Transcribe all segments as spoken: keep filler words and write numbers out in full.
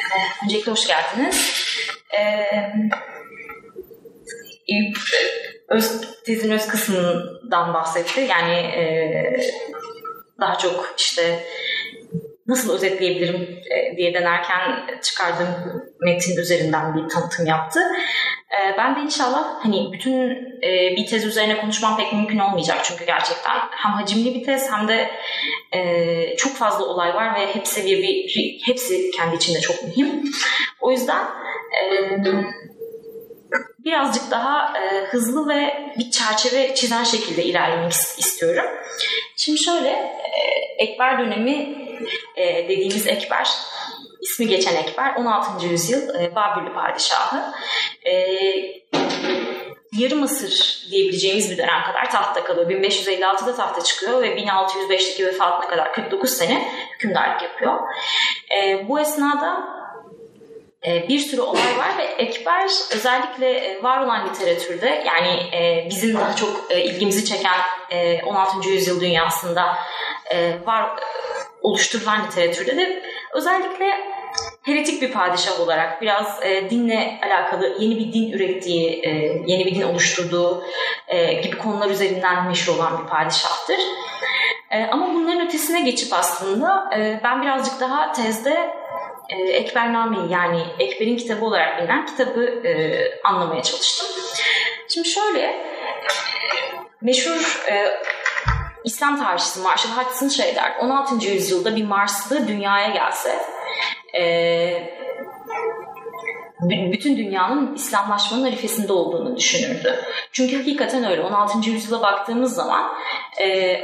Ee, öncelikle hoş geldiniz. Ee, öz, tezin öz kısmından bahsetti. Yani e, daha çok işte nasıl özetleyebilirim e, diye denerken çıkardığım metin üzerinden bir tanıtım yaptı. E, ben de inşallah hani bütün e, bir tez üzerine konuşmam pek mümkün olmayacak. Çünkü gerçekten hem hacimli bir tez hem de e, çok fazla olay var ve hepsi bir, bir hepsi kendi içinde çok mühim. O yüzden e, birazcık daha e, hızlı ve bir çerçeve çizen şekilde ilerlemek istiyorum. Şimdi şöyle, e, Ekber dönemi e, dediğimiz Ekber, ismi geçen Ekber, on altıncı yüzyıl e, Babürlü padişahı. E, Yarı Mısır diyebileceğimiz bir dönem kadar tahtta kalıyor. bin beş yüz elli altıda tahta çıkıyor ve bin altı yüz beşteki vefatına kadar kırk dokuz sene hükümdarlık yapıyor. E, bu esnada bir sürü olay var ve Ekber özellikle var olan literatürde, yani bizim daha çok ilgimizi çeken on altıncı yüzyıl dünyasında var oluşturulan literatürde de özellikle heretik bir padişah olarak biraz dinle alakalı yeni bir din ürettiği, yeni bir din oluşturduğu gibi konular üzerinden meşhur olan bir padişahtır. Ama bunların ötesine geçip aslında ben birazcık daha tezde Ekbername'yi, yani Ekber'in kitabı olarak bilinen kitabı e, anlamaya çalıştım. Şimdi şöyle, meşhur e, İslam tarihçisi Marshall Hodgson şey der, on altıncı yüzyılda bir Marslı dünyaya gelse e, bütün dünyanın İslamlaşmanın arifesinde olduğunu düşünürdü. Çünkü hakikaten öyle. on altıncı yüzyıla baktığımız zaman e,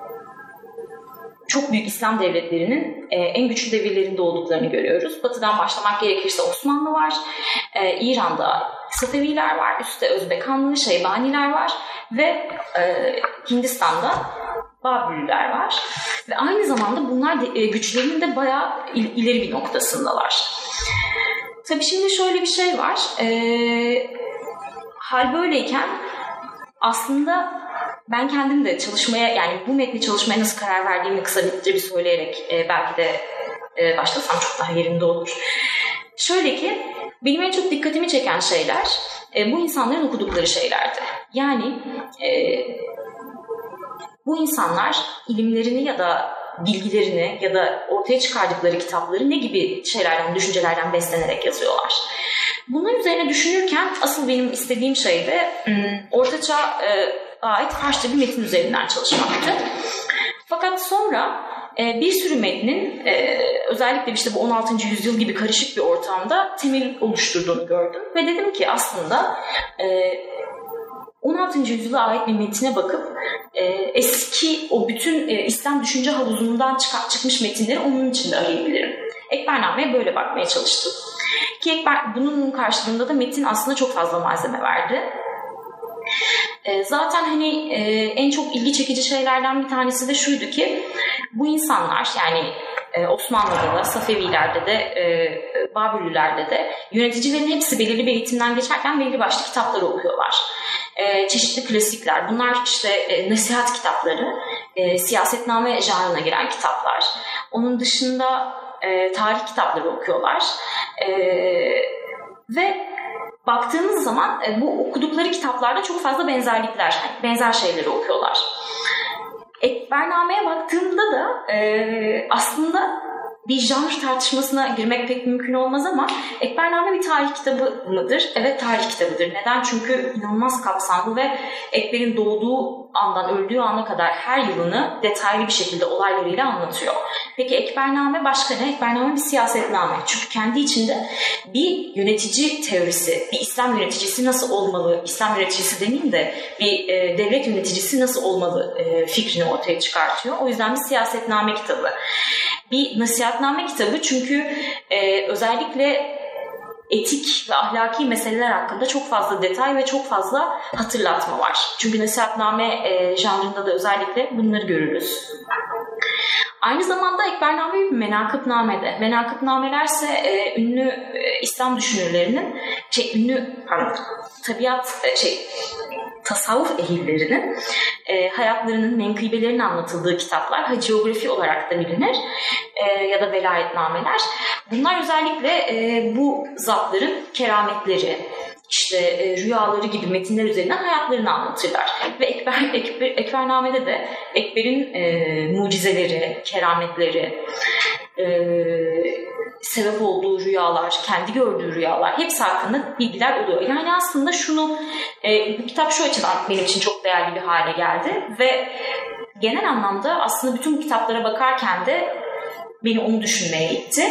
çok büyük İslam devletlerinin e, en güçlü devirlerinde olduklarını görüyoruz. Batı'dan başlamak gerekirse Osmanlı var, e, İran'da Safeviler var, üstte Özbek Hanlı, Şeybaniler var ve e, Hindistan'da Babürlüler var. Ve aynı zamanda bunlar de, e, güçlerinin de bayağı il, ileri bir noktasındalar. Tabii şimdi şöyle bir şey var, e, hal böyleyken aslında ben kendim de çalışmaya, yani bu metni çalışmaya nasıl karar verdiğimi kısa bir söyleyerek e, belki de e, başlasam çok daha yerinde olur. Şöyle ki, benim en çok dikkatimi çeken şeyler e, bu insanların okudukları şeylerdi. Yani e, bu insanlar ilimlerini ya da bilgilerini ya da ortaya çıkardıkları kitapları ne gibi şeylerden, düşüncelerden beslenerek yazıyorlar. Bunların üzerine düşünürken asıl benim istediğim şey de Ortaçağ e, ait Farsça bir metin üzerinden çalışmaktı. Fakat sonra e, bir sürü metnin e, özellikle işte bu on altıncı yüzyıl gibi karışık bir ortamda temel oluşturduğunu gördüm. Ve dedim ki aslında e, on altıncı yüzyıla ait bir metine bakıp e, eski o bütün e, İslam düşünce havuzundan çıkıp çıkmış metinleri onun içinde arayabilirim. Ekbername'ye böyle bakmaya çalıştım. Ki Ekber, bunun karşılığında da metin aslında çok fazla malzeme verdi. E, zaten hani e, en çok ilgi çekici şeylerden bir tanesi de şuydu ki bu insanlar, yani e, Osmanlı'da da, Safevilerde de, e, Babürlülerde de yöneticilerin hepsi belirli bir eğitimden geçerken belirli başlı kitapları okuyorlar. E, çeşitli klasikler, bunlar işte e, nasihat kitapları, e, siyasetname janrına giren kitaplar. Onun dışında e, tarih kitapları okuyorlar. E, ve baktığımız zaman e, bu okudukları kitaplarda çok fazla benzerlikler, benzer şeyleri okuyorlar. Ekbername'ye baktığımda da e, aslında bir janr tartışmasına girmek pek mümkün olmaz ama Ekbername bir tarih kitabı mıdır? Evet, tarih kitabıdır. Neden? Çünkü inanılmaz kapsamlı ve Ekber'in doğduğu andan öldüğü ana kadar her yılını detaylı bir şekilde olaylarıyla anlatıyor. Peki Ekbername başka ne? Ekbername bir siyasetname. Çünkü kendi içinde bir yönetici teorisi, bir İslam yöneticisi nasıl olmalı, İslam yöneticisi demeyeyim de bir e, devlet yöneticisi nasıl olmalı e, fikrini ortaya çıkartıyor. O yüzden bir siyasetname kitabı. Bir nasihatname kitabı çünkü e, özellikle etik ve ahlaki meseleler hakkında çok fazla detay ve çok fazla hatırlatma var. Çünkü nasihatname e, janrında da özellikle bunları görürüz. Aynı zamanda Ekbername bir menakıbnamede. Menakıbnamelerse e, ünlü e, İslam düşünürlerinin, şey, ünlü pardon, tabiat, e, şey, tasavvuf ehillerinin e, hayatlarının, menkıbelerinin anlatıldığı kitaplar, haciografi olarak da bilinir e, ya da velayetnameler. Bunlar özellikle e, bu zatların kerametleri, işte e, rüyaları gibi metinler üzerinden hayatlarını anlatırlar. Ve Ekber, Ekber, Ekbername'de de Ekber'in e, mucizeleri, kerametleri, e, sebep olduğu rüyalar, kendi gördüğü rüyalar hepsi hakkında bilgiler oluyor. Yani aslında şunu, e, bu kitap şu açıdan benim için çok değerli bir hale geldi ve genel anlamda aslında bütün bu kitaplara bakarken de beni onu düşünmeye itti.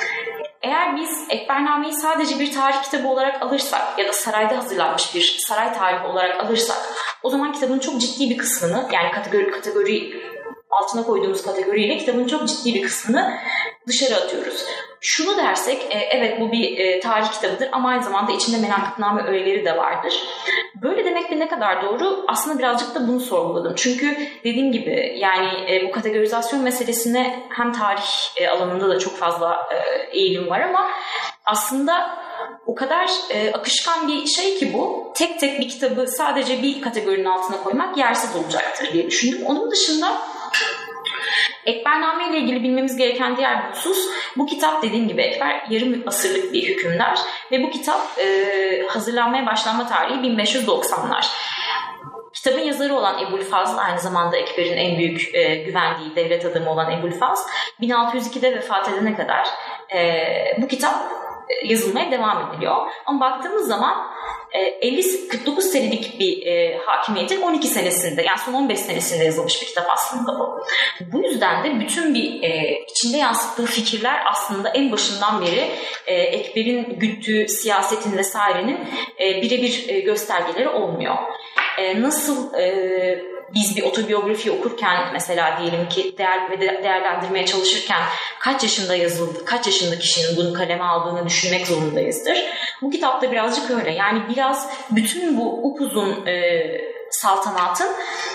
Eğer biz Ekbername'yi sadece bir tarih kitabı olarak alırsak ya da sarayda hazırlanmış bir saray tarihi olarak alırsak, o zaman kitabın çok ciddi bir kısmını, yani kategori kategori altına koyduğumuz kategoriyle kitabın çok ciddi bir kısmını dışarı atıyoruz. Şunu dersek, e, evet bu bir e, tarih kitabıdır ama aynı zamanda içinde menakıbname öğeleri de vardır. Böyle demek de ne kadar doğru? Aslında birazcık da bunu sorguladım. Çünkü dediğim gibi yani e, bu kategorizasyon meselesine hem tarih e, alanında da çok fazla e, eğilim var ama aslında o kadar e, akışkan bir şey ki bu, tek tek bir kitabı sadece bir kategorinin altına koymak yersiz olacaktır diye düşündüm. Onun dışında Ekbername ile ilgili bilmemiz gereken diğer bir husus, bu kitap dediğim gibi Ekber yarım asırlık bir hükümdar ve bu kitap e, hazırlanmaya başlanma tarihi bin beş yüz doksanlar. Kitabın yazarı olan Ebu'l-Fazl, aynı zamanda Ekber'in en büyük e, güvendiği devlet adamı olan Ebu'l-Fazl, bin altı yüz ikide vefat edene kadar e, bu kitap yazılmaya devam ediliyor. Ama baktığımız zaman elli kırk dokuz senelik bir e, hakimiyetin on iki senesinde, yani son on beş senesinde yazılmış bir kitap aslında bu. Bu yüzden de bütün bir e, içinde yansıttığı fikirler aslında en başından beri e, Ekber'in güttüğü siyasetin vesairenin e, birebir e, göstergeleri olmuyor. E, nasıl e, biz bir otobiyografi okurken mesela diyelim ki değer ve de, değerlendirmeye çalışırken kaç yaşında yazıldı, kaç yaşında kişinin bunu kaleme aldığını düşünmek zorundayızdır. Bu kitapta birazcık öyle. Yani biraz bütün bu upuzun e, saltanatın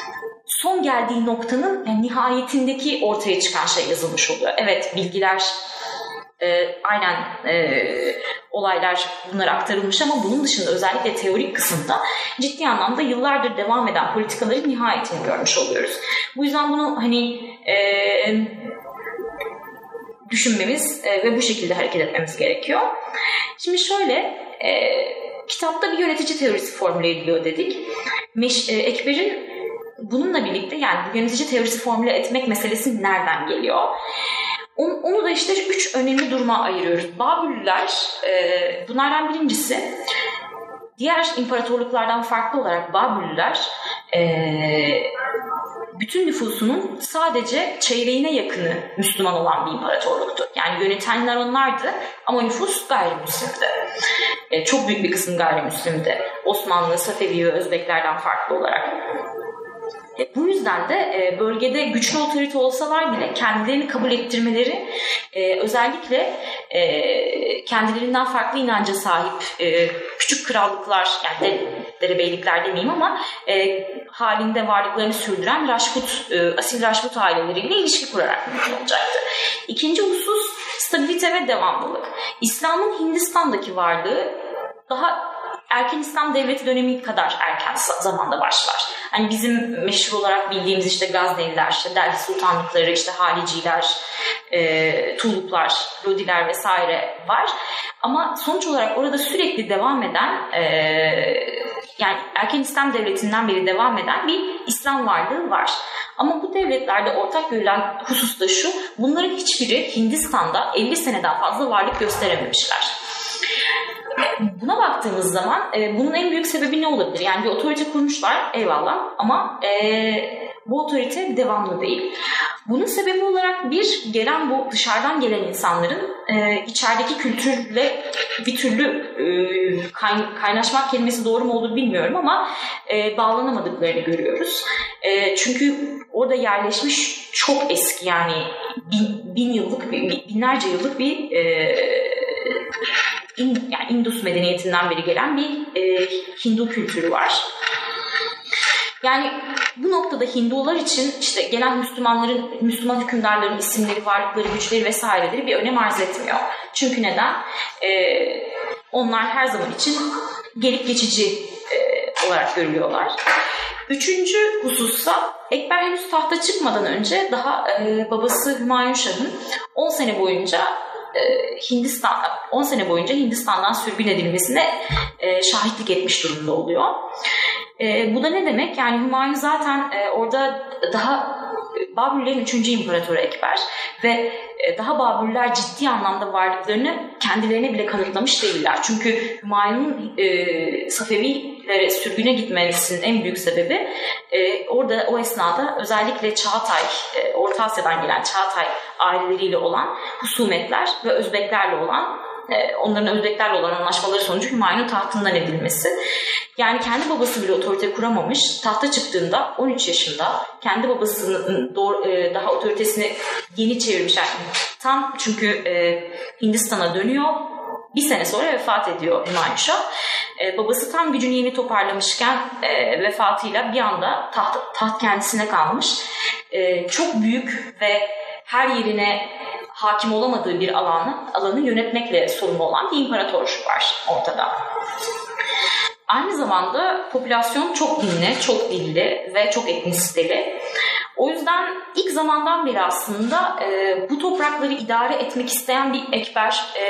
son geldiği noktanın yani nihayetindeki ortaya çıkan şey yazılmış oluyor. Evet, bilgiler e, aynen e, olaylar bunlar aktarılmış ama bunun dışında özellikle teorik kısımda ciddi anlamda yıllardır devam eden politikaların nihayetini görmüş oluyoruz. Bu yüzden bunu hani e, düşünmemiz e, ve bu şekilde hareket etmemiz gerekiyor. Şimdi şöyle, e, kitapta bir yönetici teorisi formüle ediliyor dedik. Meş, e, Ekber'in bununla birlikte yani bu yönetici teorisi formüle etmek meselesi nereden geliyor? Onu da işte üç önemli duruma ayırıyoruz. Babürlüler, e, bunlardan birincisi, diğer imparatorluklardan farklı olarak Babürlüler e, bütün nüfusunun sadece çeyreğine yakını Müslüman olan bir imparatorluktu. Yani yönetenler onlardı ama nüfus gayrimüslimdi. E, çok büyük bir kısım gayrimüslimdi. Osmanlı, Safevi ve Özbeklerden farklı olarak. E, bu yüzden de e, bölgede güçlü otorite olsalar bile kendilerini kabul ettirmeleri e, özellikle e, kendilerinden farklı inanca sahip e, küçük krallıklar, yani de, derebeylikler demeyeyim ama e, halinde varlıklarını sürdüren Raşput, e, asil Raşput aileleriyle ilişki kurarak mümkün olacaktı. İkinci husus stabilite ve devamlılık. İslam'ın Hindistan'daki varlığı daha erken İslam devleti dönemi kadar erken zamanda başlar. Hani bizim meşhur olarak bildiğimiz işte Gazneliler, işte Delhi Sultanlıkları, işte Haliciler, e, Tuğluklar, Lodiler vesaire var. Ama sonuç olarak orada sürekli devam eden, e, yani erken İslam devletinden beri devam eden bir İslam varlığı var. Ama bu devletlerde ortak görülen husus da şu, bunların hiçbiri Hindistan'da elli seneden fazla varlık gösterememişler. Buna baktığımız zaman e, bunun en büyük sebebi ne olabilir? Yani bir otorite kurmuşlar, eyvallah, ama e, bu otorite devamlı değil. Bunun sebebi olarak bir, gelen bu dışarıdan gelen insanların e, içerideki kültürle bir türlü e, kay, kaynaşmak kelimesi doğru mu olur bilmiyorum ama e, bağlanamadıklarını görüyoruz. E, çünkü orada yerleşmiş çok eski, yani bin, bin yıllık, binlerce yıllık bir e, yani Indus medeniyetinden beri gelen bir e, Hindu kültürü var. Yani bu noktada Hindular için işte gelen Müslümanların, Müslüman hükümdarların isimleri, varlıkları, güçleri vesaireleri bir önem arz etmiyor. Çünkü neden? E, onlar her zaman için gelip geçici e, olarak görülüyorlar. Üçüncü husussa, Ekber henüz tahta çıkmadan önce daha e, babası Hümayun Şah'ın on sene boyunca e, Hindistan on sene boyunca Hindistan'dan sürgün edilmesine e, şahitlik etmiş durumda oluyor. E, bu da ne demek? Yani Hümayun zaten e, orada daha Babürlerin üçüncü imparatoru Ekber ve daha Babürler ciddi anlamda varlıklarını kendilerine bile kanıtlamış değiller. Çünkü Hümayun'un e, Safevilere sürgüne gitmesinin en büyük sebebi e, orada o esnada özellikle Çağatay, e, Orta Asya'dan gelen Çağatay aileleriyle olan husumetler ve Özbeklerle olan onların Özbeklerle olan anlaşmaları sonucu Hümayun'un tahtından edilmesi. Yani kendi babası bile otorite kuramamış. Tahta çıktığında on üç yaşında kendi babasının doğru, daha otoritesini yeni çevirmiş. Yani tam çünkü Hindistan'a dönüyor. Bir sene sonra vefat ediyor Hümayun Şah. Babası tam gücünü yeni toparlamışken vefatıyla bir anda taht, taht kendisine kalmış. Çok büyük ve her yerine hakim olamadığı bir alanı, alanı yönetmekle sorumlu olan bir imparator var ortada. Aynı zamanda popülasyon çok dinli, çok dilli ve çok etnisiteli. O yüzden ilk zamandan beri aslında e, bu toprakları idare etmek isteyen bir Ekber, e,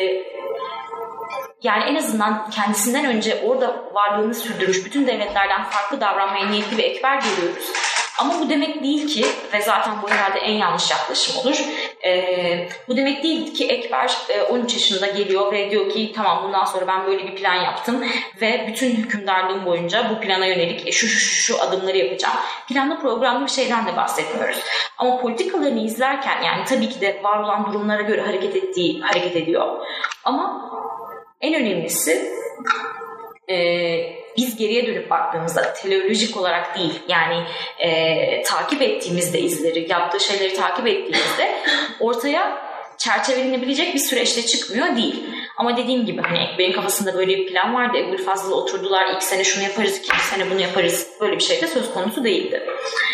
yani en azından kendisinden önce orada varlığını sürdürmüş bütün devletlerden farklı davranmaya niyetli bir Ekber görüyoruz. Ama bu demek değil ki, ve zaten bu herhalde en yanlış yaklaşım olur, e, bu demek değil ki Ekber e, on üç yaşında geliyor ve diyor ki tamam bundan sonra ben böyle bir plan yaptım ve bütün hükümdarlığım boyunca bu plana yönelik şu şu şu, şu adımları yapacağım. Planlı programlı bir şeyden de bahsetmiyoruz. Ama politikalarını izlerken yani tabii ki de var olan durumlara göre hareket ettiği hareket ediyor. Ama en önemlisi e, biz geriye dönüp baktığımızda teleolojik olarak değil yani e, takip ettiğimizde izleri, yaptığı şeyleri takip ettiğimizde ortaya çerçevelenebilecek bir süreçte çıkmıyor değil. Ama dediğim gibi hani Ekber'in kafasında böyle bir plan vardı. Ebu'l-Fazıl'la oturdular. İlk sene şunu yaparız, ikinci sene bunu yaparız. Böyle bir şey de söz konusu değildi.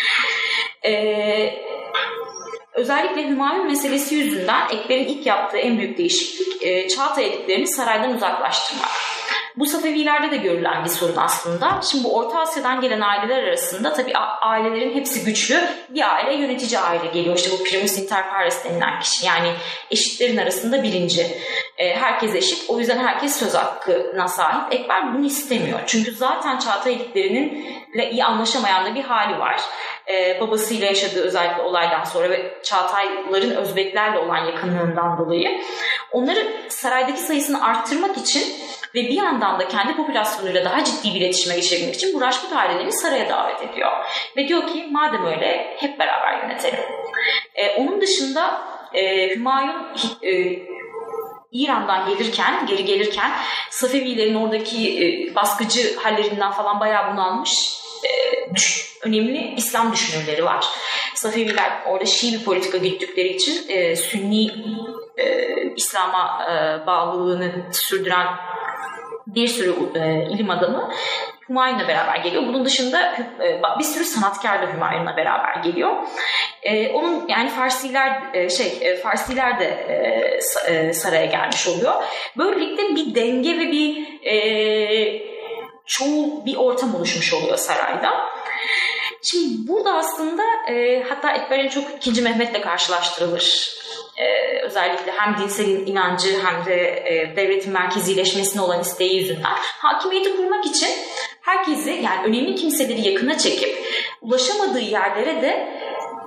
Eee Özellikle Hümayun meselesi yüzünden Ekber'in ilk yaptığı en büyük değişiklik e, Çağatay elitlerini saraydan uzaklaştırmak. Bu Safevilerde de görülen bir sorun aslında. Şimdi bu Orta Asya'dan gelen aileler arasında tabii ailelerin hepsi güçlü. Bir aile yönetici aile geliyor. İşte bu primus inter pares denilen kişi. Yani eşitlerin arasında birinci. E, herkes eşit. O yüzden herkes söz hakkına sahip. Ekber bunu istemiyor. Çünkü zaten Çağatay elitlerinin iyi anlaşamayan da bir hali var. Ee, babasıyla yaşadığı özellikle olaydan sonra ve Çağatayların Özbeklerle olan yakınlığından dolayı onları saraydaki sayısını arttırmak için ve bir yandan da kendi popülasyonuyla daha ciddi bir iletişime geçebilmek için bu Raşput ailelerini saraya davet ediyor. Ve diyor ki madem öyle hep beraber yönetelim. Ee, onun dışında e, Hümayun e, İran'dan gelirken, geri gelirken Safevilerin oradaki e, baskıcı hallerinden falan bayağı bunalmış. E, düş, önemli İslam düşünürleri var. Safeviler orada Şii bir politika güttükleri için e, Sünni e, İslam'a e, bağlılığını sürdüren bir sürü e, ilim adamı Hümayun'la beraber geliyor. Bunun dışında e, bir sürü sanatkar da Hümayun'la beraber geliyor. E, onun yani Farsiler e, şey e, Farsiler de e, e, saraya gelmiş oluyor. Böylelikle bir denge ve bir e, çoğu bir ortam oluşmuş oluyor sarayda. Şimdi burada aslında e, hatta Ekber en çok ikinci Mehmet'le karşılaştırılır. E, özellikle hem dinsel inancı hem de e, devletin merkezileşmesine olan isteği yüzünden hakimiyeti kurmak için herkesi yani önemli kimseleri yakına çekip ulaşamadığı yerlere de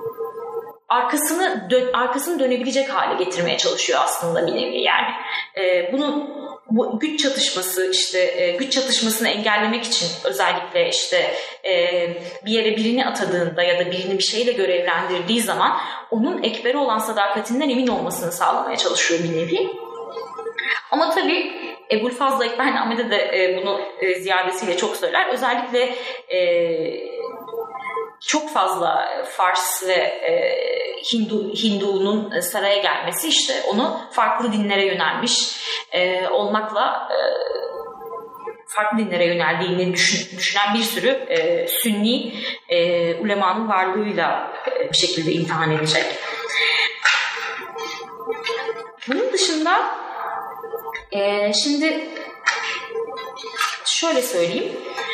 arkasını dön, arkasını dönebilecek hale getirmeye çalışıyor aslında bir nevi yani. E, bunu bu güç çatışması işte e, güç çatışmasını engellemek için özellikle işte e, bir yere birini atadığında ya da birini bir şeyle görevlendirdiği zaman onun Ekber'e olan sadakatinden emin olmasını sağlamaya çalışıyor bir nevi. Ama tabii Ebu'l-Fazıl Ekbernamede de e, bunu e, ziyadesiyle çok söyler. Özellikle e, çok fazla Fars ve e, Hindu Hindu'nun saraya gelmesi işte onu farklı dinlere yönelmiş e, olmakla e, farklı dinlere yöneldiğini düşün, düşünen bir sürü e, Sünni e, ulemanın varlığıyla e, bir şekilde imtihan edecek. Bunun dışında e, şimdi şöyle söyleyeyim.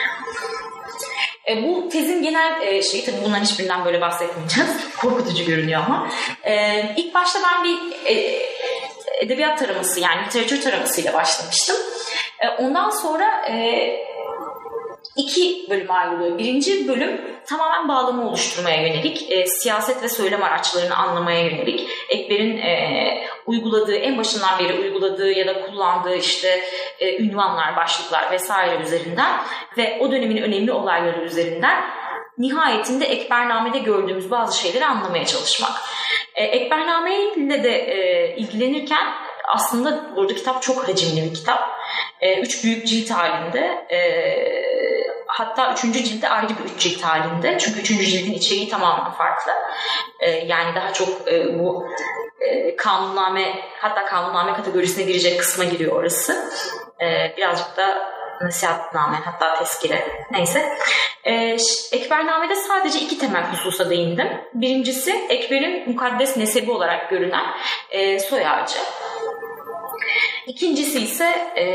E, bu tezin genel e, şeyi, tabii bunların hiçbirinden böyle bahsetmeyeceğiz. Korkutucu görünüyor ama. E, ilk başta ben bir e, edebiyat taraması yani literatür taramasıyla başlamıştım. E, ondan sonra e, iki bölüm ayrılıyor. Birinci bölüm tamamen bağlama oluşturmaya yönelik, e, siyaset ve söylem araçlarını anlamaya yönelik. Ekber'in e, uyguladığı, en başından beri uyguladığı ya da kullandığı işte e, ünvanlar, başlıklar vesaire üzerinden ve o dönemin önemli olayları üzerinden nihayetinde Ekbername'de gördüğümüz bazı şeyleri anlamaya çalışmak. E, Ekbername ile de e, ilgilenirken aslında burada kitap çok hacimli bir kitap. E, üç büyük cilt halinde. E, hatta üçüncü cilde ayrı bir üç cilt halinde. Çünkü üçüncü cildin içeriği tamamen farklı. E, yani daha çok e, bu e, kanunname, hatta kanunname kategorisine girecek kısma giriyor orası. E, birazcık da nasihatname, hatta tezkire. Neyse. Ee, Ekbername'de sadece iki temel hususa değindim. Birincisi Ekber'in mukaddes nesebi olarak görünen e, soy ağacı. İkincisi ise e,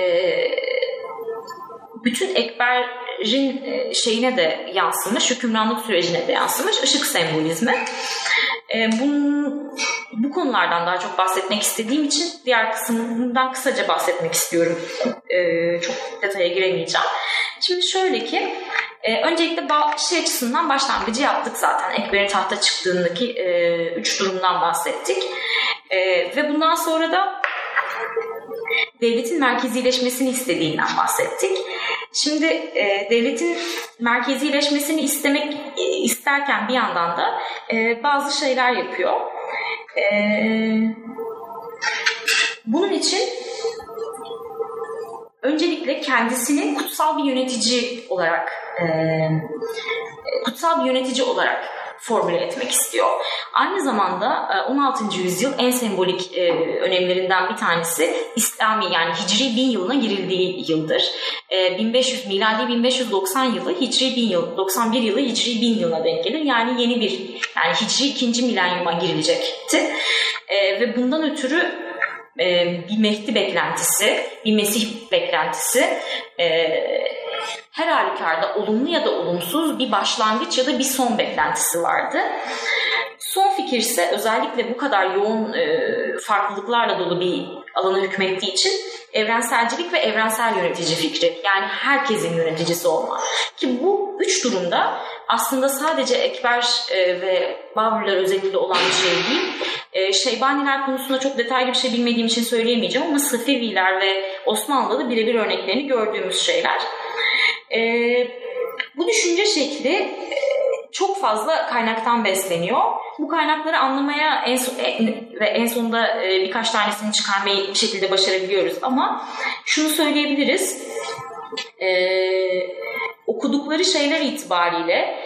bütün Ekber'in e, şeyine de yansımış, hükümranlık sürecine de yansımış ışık sembolizmi. E, bunun, bu konulardan daha çok bahsetmek istediğim için diğer kısmından kısaca bahsetmek istiyorum. E, çok detaya giremeyeceğim. Şimdi şöyle ki, e, öncelikle şey açısından başlangıcı yaptık zaten. Ekber'in tahta çıktığındaki e, üç durumdan bahsettik. E, ve bundan sonra da devletin merkezileşmesini istediğinden bahsettik. Şimdi e, devletin merkezileşmesini istemek e, isterken bir yandan da e, bazı şeyler yapıyor. E, bunun için öncelikle kendisini kutsal bir yönetici olarak e, kutsal bir yönetici olarak formüle etmek istiyor. Aynı zamanda on altıncı yüzyıl en sembolik e, önemlerinden bir tanesi İslami yani Hicri bin yılına girildiği yıldır. E, bin beş yüz miladi bin beş yüz doksan yılı Hicri bin yıl doksan bir yılı Hicri bin yılına denk gelir. Yani yeni bir yani Hicri ikinci milenyuma girilecekti. E, ve bundan ötürü e, bir Mehdi beklentisi, bir Mesih beklentisi e, her halükarda olumlu ya da olumsuz bir başlangıç ya da bir son beklentisi vardı. Son fikir ise özellikle bu kadar yoğun e, farklılıklarla dolu bir alana hükmettiği için evrenselcilik ve evrensel yönetici fikri. Yani herkesin yöneticisi olma. Ki bu üç durumda aslında sadece Ekber e, ve Babürler özellikle olan bir şey değil. E, Şeybaniler konusunda çok detaylı bir şey bilmediğim için söyleyemeyeceğim ama Safeviler ve Osmanlı'da birebir örneklerini gördüğümüz şeyler. E, bu düşünce şekli e, çok fazla kaynaktan besleniyor. Bu kaynakları anlamaya en son, ve en sonunda e, birkaç tanesini çıkarmayı bir şekilde başarabiliyoruz. Ama şunu söyleyebiliriz. E, okudukları şeyler itibariyle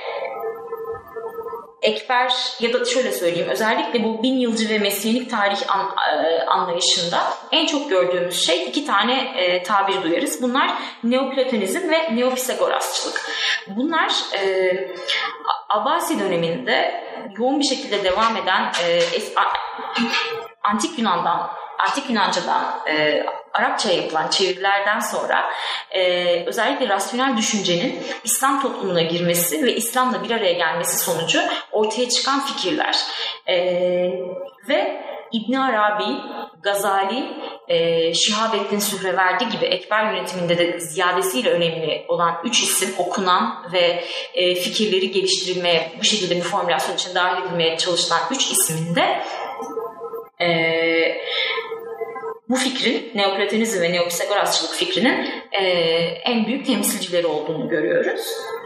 Ekber ya da şöyle söyleyeyim, özellikle bu bin yılcı ve mesiyanik tarih an, e, anlayışında en çok gördüğümüz şey iki tane e, tabir duyarız. Bunlar Neoplatonizm ve Neopisagorasçılık. Bunlar e, Abbasi döneminde yoğun bir şekilde devam eden e, es, a, Antik Yunan'dan Antik Yunancadan e, Arapçaya yapılan çevirilerden sonra e, özellikle rasyonel düşüncenin İslam toplumuna girmesi ve İslam'la bir araya gelmesi sonucu ortaya çıkan fikirler. E, ve İbn Arabi, Gazali, e, Şihabettin Sühreverdi gibi Ekber yönetiminde de ziyadesiyle önemli olan üç isim okunan ve e, fikirleri geliştirilmeye, bu şekilde bir formülasyon için dahil edilmeye çalışılan üç ismin de e, bu fikrin, Neoplatonizm ve Neopisagorasçılık fikrinin e, en büyük temsilcileri olduğunu görüyoruz.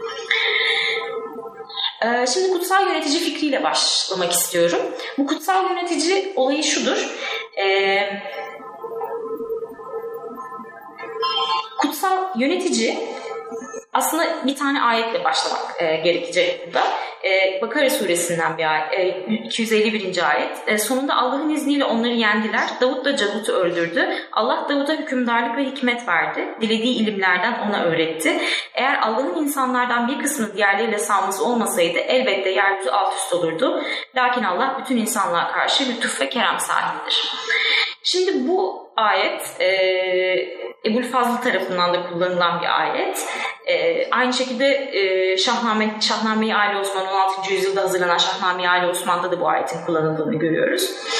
E, şimdi kutsal yönetici fikriyle başlamak istiyorum. Bu kutsal yönetici olayı şudur. E, kutsal yönetici aslında bir tane ayetle başlamak e, gerekecek burada. E, Bakara suresinden bir ayet, e, iki yüz elli birinci ayet. E, sonunda Allah'ın izniyle onları yendiler. Davut da Calut'u öldürdü. Allah Davut'a hükümdarlık ve hikmet verdi. Dilediği ilimlerden ona öğretti. Eğer Allah'ın insanlardan bir kısmı diğerleriyle sağması olmasaydı elbette yeryüzü alt üst olurdu. Lakin Allah bütün insanlığa karşı lütuf ve kerem sahibidir. Şimdi bu ayet e, Ebul Fazıl tarafından da kullanılan bir ayet. E, aynı şekilde e, Şahname, Şahname-i Ali Osman on altıncı yüzyılda hazırlanan Şahname-i Ali Osman'da da bu ayetin kullanıldığını görüyoruz.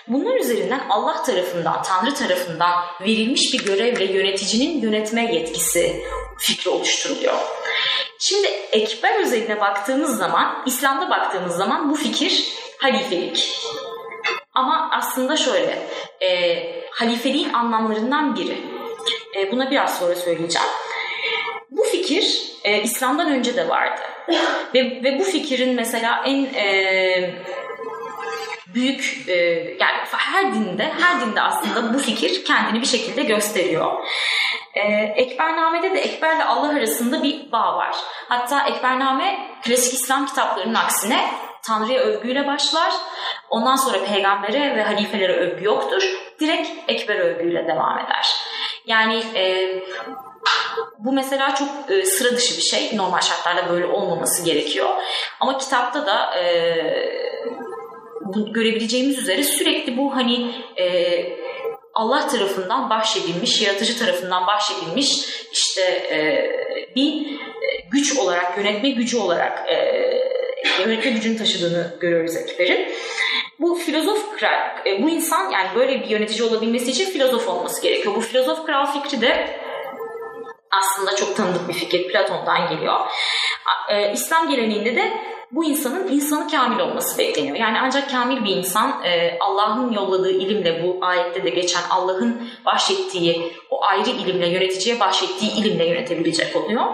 Bunlar üzerinden Allah tarafından, Tanrı tarafından verilmiş bir görevle yöneticinin yönetme yetkisi fikri oluşturuluyor. Şimdi ekber özeline baktığımız zaman, İslam'da baktığımız zaman bu fikir halifelik. Ama aslında şöyle, e, halifeliğin anlamlarından biri. E, buna biraz sonra söyleyeceğim. Bu fikir e, İslam'dan önce de vardı. Ve, ve bu fikirin mesela en e, büyük, e, yani her dinde, her dinde aslında bu fikir kendini bir şekilde gösteriyor. E, Ekbername'de de Ekber'le Allah arasında bir bağ var. Hatta Ekbername klasik İslam kitaplarının aksine Tanrı'ya övgüyle başlar. Ondan sonra peygambere ve halifelere övgü yoktur. Direkt Ekber övgüyle devam eder. Yani e, bu mesela çok e, sıra dışı bir şey. Normal şartlarda böyle olmaması gerekiyor. Ama kitapta da e, bu, görebileceğimiz üzere sürekli bu hani e, Allah tarafından bahşedilmiş, yaratıcı tarafından bahşedilmiş işte e, bir güç olarak, yönetme gücü olarak e, yönetme gücünü taşıdığını görüyoruz Ekber'in. Bu filozof kral, bu insan yani böyle bir yönetici olabilmesi için filozof olması gerekiyor. Bu filozof kral fikri de aslında çok tanıdık bir fikir. Platon'dan geliyor. İslam geleneğinde de bu insanın insanı kamil olması bekleniyor. Yani ancak kamil bir insan Allah'ın yolladığı ilimle, bu ayette de geçen Allah'ın bahşettiği o ayrı ilimle, yöneticiye bahşettiği ilimle yönetebilecek oluyor.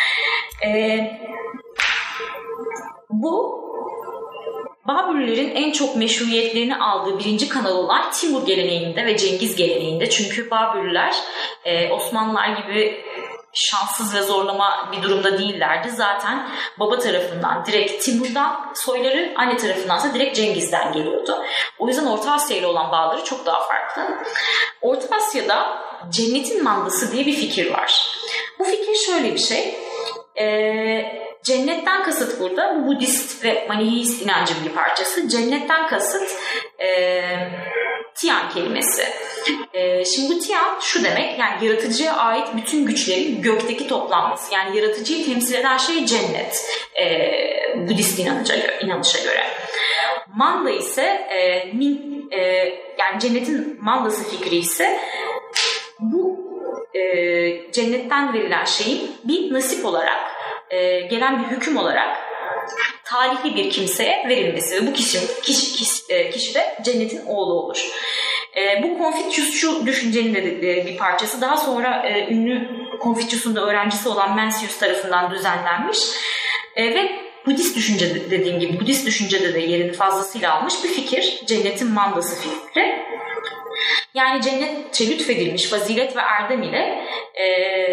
Bu Babürlerin en çok meşruiyetlerini aldığı birinci kanal olan Timur geleneğinde ve Cengiz geleneğinde. Çünkü Babürler e, Osmanlılar gibi şanssız ve zorlama bir durumda değillerdi. Zaten baba tarafından direkt Timur'dan soyları, anne tarafındansa direkt Cengiz'den geliyordu. O yüzden Orta Asya ile olan bağları çok daha farklı. Orta Asya'da cennetin mandası diye bir fikir var. Bu fikir şöyle bir şey. Eee Cennetten kasıt burada, bu Budist ve Maniheist inancın bir parçası. Cennetten kasıt e, Tian kelimesi. E, şimdi bu Tian şu demek, yani yaratıcıya ait bütün güçlerin gökteki toplanması. Yani yaratıcıyı temsil eden şey cennet. E, Budist inanışa göre. Inanışa göre. Manda ise, e, min, e, yani cennetin mandası fikri ise bu e, cennetten verilen şeyin bir nasip olarak, gelen bir hüküm olarak talihli bir kimseye verilmesi ve bu kişi, kişi, kişi, kişi de cennetin oğlu olur. Bu Konfüçyüsçü düşüncenin de bir parçası. Daha sonra ünlü Konfüçyüs'ün de öğrencisi olan Mencius tarafından düzenlenmiş ve Budist düşünce, dediğim gibi Budist düşüncede de yerini fazlasıyla almış bir fikir. Cennetin mandası fikri. Yani cennetçe lütfedilmiş fazilet ve erdem ile e,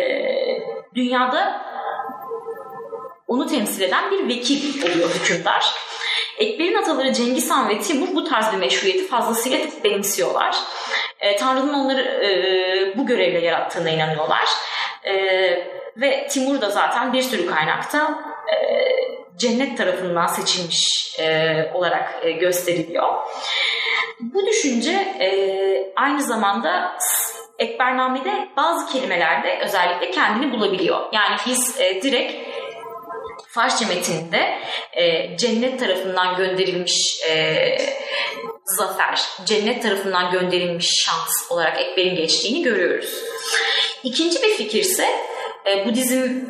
dünyada onu temsil eden bir vekil oluyor hükümdar. Ekber'in ataları Cengiz Han ve Timur bu tarz bir meşruiyeti fazlasıyla benimsiyorlar. E, Tanrı'nın onları e, bu görevle yarattığına inanıyorlar. E, ve Timur da zaten bir sürü kaynakta e, cennet tarafından seçilmiş e, olarak e, gösteriliyor. Bu düşünce e, aynı zamanda Ekbername'de bazı kelimelerde özellikle kendini bulabiliyor. Yani biz e, direkt Farsça metinde e, cennet tarafından gönderilmiş e, zafer, cennet tarafından gönderilmiş şans olarak Ekber'in geçtiğini görüyoruz. İkinci bir fikir ise e, Budizm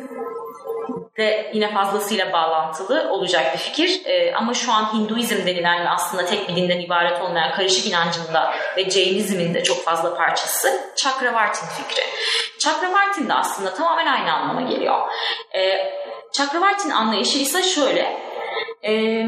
de yine fazlasıyla bağlantılı olacak bir fikir. E, ama şu an Hinduizm denilen ve aslında tek bir dinden ibaret olmayan karışık inancında ve Jainizm'in de çok fazla parçası Chakravartin fikri. Chakravartin de aslında tamamen aynı anlama geliyor. E, Chakravartin anlayışı ise şöyle, e,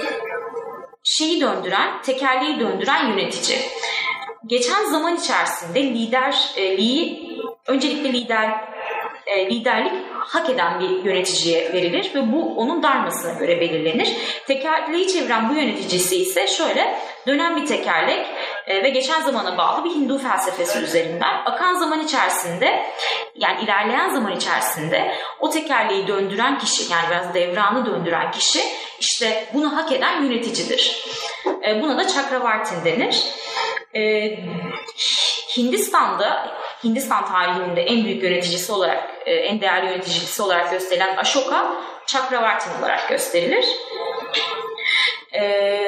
şeyi döndüren, tekerleği döndüren yönetici. Geçen zaman içerisinde liderliği, öncelikle lider, e, liderlik hak eden bir yöneticiye verilir ve bu onun darmasına göre belirlenir. Tekerleği çeviren bu yöneticisi ise şöyle, dönen bir tekerlek e, ve geçen zamana bağlı bir Hindu felsefesi üzerinden akan zaman içerisinde, yani ilerleyen zaman içerisinde o tekerleği döndüren kişi, yani biraz devranı döndüren kişi işte bunu hak eden yöneticidir. E, buna da Chakravartin denir. E, Hindistan'da, Hindistan tarihinde en büyük yöneticisi olarak, en değerli yöneticisi olarak gösterilen Ashoka, Chakravartin olarak gösterilir.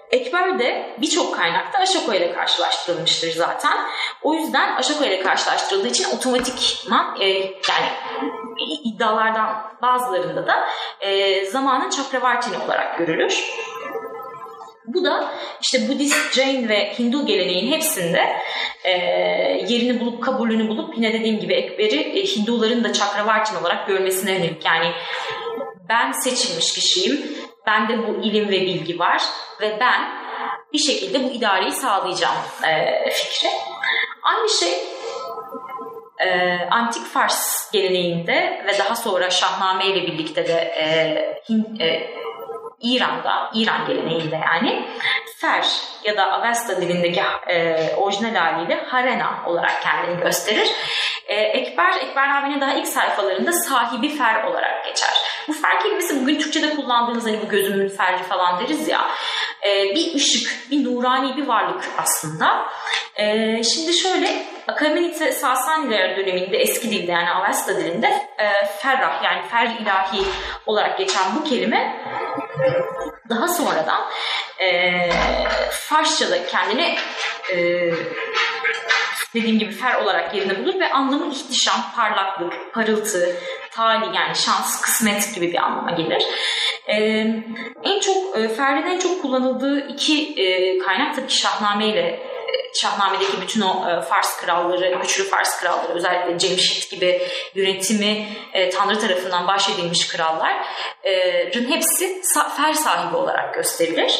Ekber de birçok kaynakta Aşoko ile karşılaştırılmıştır zaten. O yüzden Aşoko ile karşılaştırıldığı için otomatikman e, yani iddialardan bazılarında da e, zamanın Chakravartini olarak görülür. Bu da işte Budist, Jain ve Hindu geleneğin hepsinde e, yerini bulup kabulünü bulup yine dediğim gibi Ekber'i e, Hinduların da Chakravartini olarak görmesine yönelik. Yani ben seçilmiş kişiyim, bende bu ilim ve bilgi var ve ben bir şekilde bu idareyi sağlayacağım e, fikri. Aynı şey e, Antik Fars geleneğinde ve daha sonra Şahname ile birlikte de e, Hin, e, İran'da, İran geleneğinde yani Fer ya da Avesta dilindeki e, orijinal haliyle Harena olarak kendini gösterir. E, Ekber, Ekbernamene'nin daha ilk sayfalarında sahibi Fer olarak geçer. Bu Fer kelimesi bugün Türkçe'de kullandığımız hani bu gözümün ferri falan deriz ya. E, bir ışık, bir nurani bir varlık aslında. E, şimdi şöyle Akamenite Sasaniler döneminde eski dilde yani Avesta dilinde e, Ferrah yani Fer ilahi olarak geçen bu kelime daha sonradan e, Farsça'da kendini e, dediğim gibi fer olarak yerini bulur ve anlamı ihtişam, parlaklık, parıltı, tali yani şans, kısmet gibi bir anlama gelir. Ee, en çok e, ferin en çok kullanıldığı iki e, kaynak tabii ki Şahname ile Şahname'deki bütün o e, Fars kralları, güçlü Fars kralları özellikle Cemşit gibi yönetimi e, Tanrı tarafından bahşedilmiş kralların hepsi sa- fer sahibi olarak gösterilir.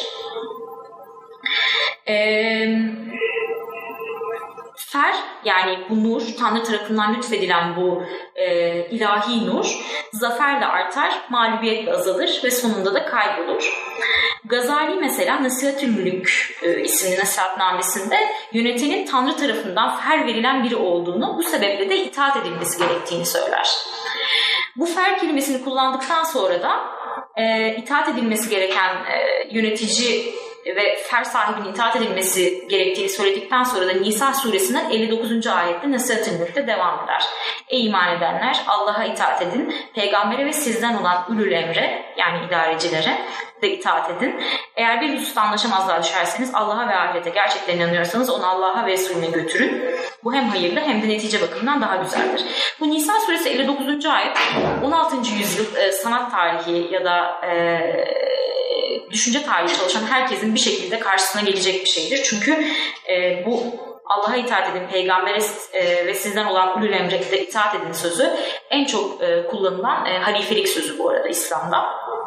Eee Fer yani bu nur, Tanrı tarafından lütfedilen bu e, ilahi nur zaferle artar, mağlubiyetle azalır ve sonunda da kaybolur. Gazali mesela Nasihat-ül Mülk e, isimli nasihatnamesinde yönetenin Tanrı tarafından fer verilen biri olduğunu, bu sebeple de itaat edilmesi gerektiğini söyler. Bu fer kelimesini kullandıktan sonra da e, itaat edilmesi gereken e, yönetici ve fer sahibinin itaat edilmesi gerektiğini söyledikten sonra da Nisa suresinden elli dokuzuncu ayette Nasihat-ül Mülk'te devam eder. Ey iman edenler Allah'a itaat edin, peygambere ve sizden olan ulul emre yani idarecilere de itaat edin. Eğer bir hususta anlaşamazlığa düşerseniz Allah'a ve ahirete gerçekten inanıyorsanız onu Allah'a ve Resulüne götürün. Bu hem hayırlı hem de netice bakımından daha güzeldir. Bu Nisa suresi elli dokuzuncu ayet on altıncı yüzyıl e, sanat tarihi ya da e, düşünce tarihi çalışan herkesin bir şekilde karşısına gelecek bir şeydir. Çünkü e, bu Allah'a itaat edin, peygambere e, ve sizden olan ulul emre de itaat edin sözü en çok e, kullanılan e, halifelik sözü bu arada İslam'da.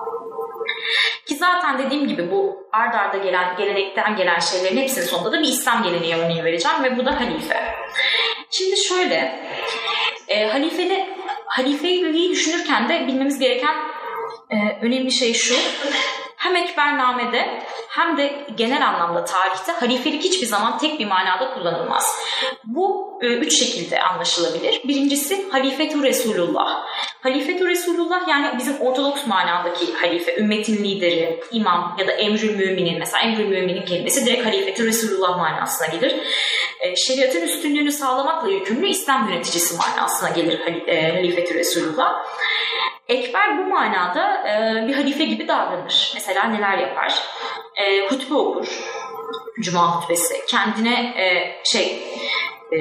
Ki zaten dediğim gibi bu ard arda gelen, gelenekten gelen şeylerin hepsinin sonunda da bir İslam geleneği örneği vereceğim ve bu da halife. Şimdi şöyle, e, halifeli, halifeliği düşünürken de bilmemiz gereken e, önemli şey şu. Hem Ekbername'de hem de genel anlamda tarihte halifelik hiçbir zaman tek bir manada kullanılmaz. Bu e, üç şekilde anlaşılabilir. Birincisi Halifetü Resulullah. Halifetü Resulullah yani bizim Ortodoks manadaki halife, ümmetin lideri, imam ya da emrül müminin. Mesela emrül müminin kelimesi direkt Halifetü Resulullah manasına gelir. E, şeriatın üstünlüğünü sağlamakla yükümlü İslam yöneticisi manasına gelir e, Halifetü Resulullah. Ekber bu manada e, bir halife gibi davranır. Mesela neler yapar? E, hutbe okur. Cuma hutbesi. Kendine e, şey e,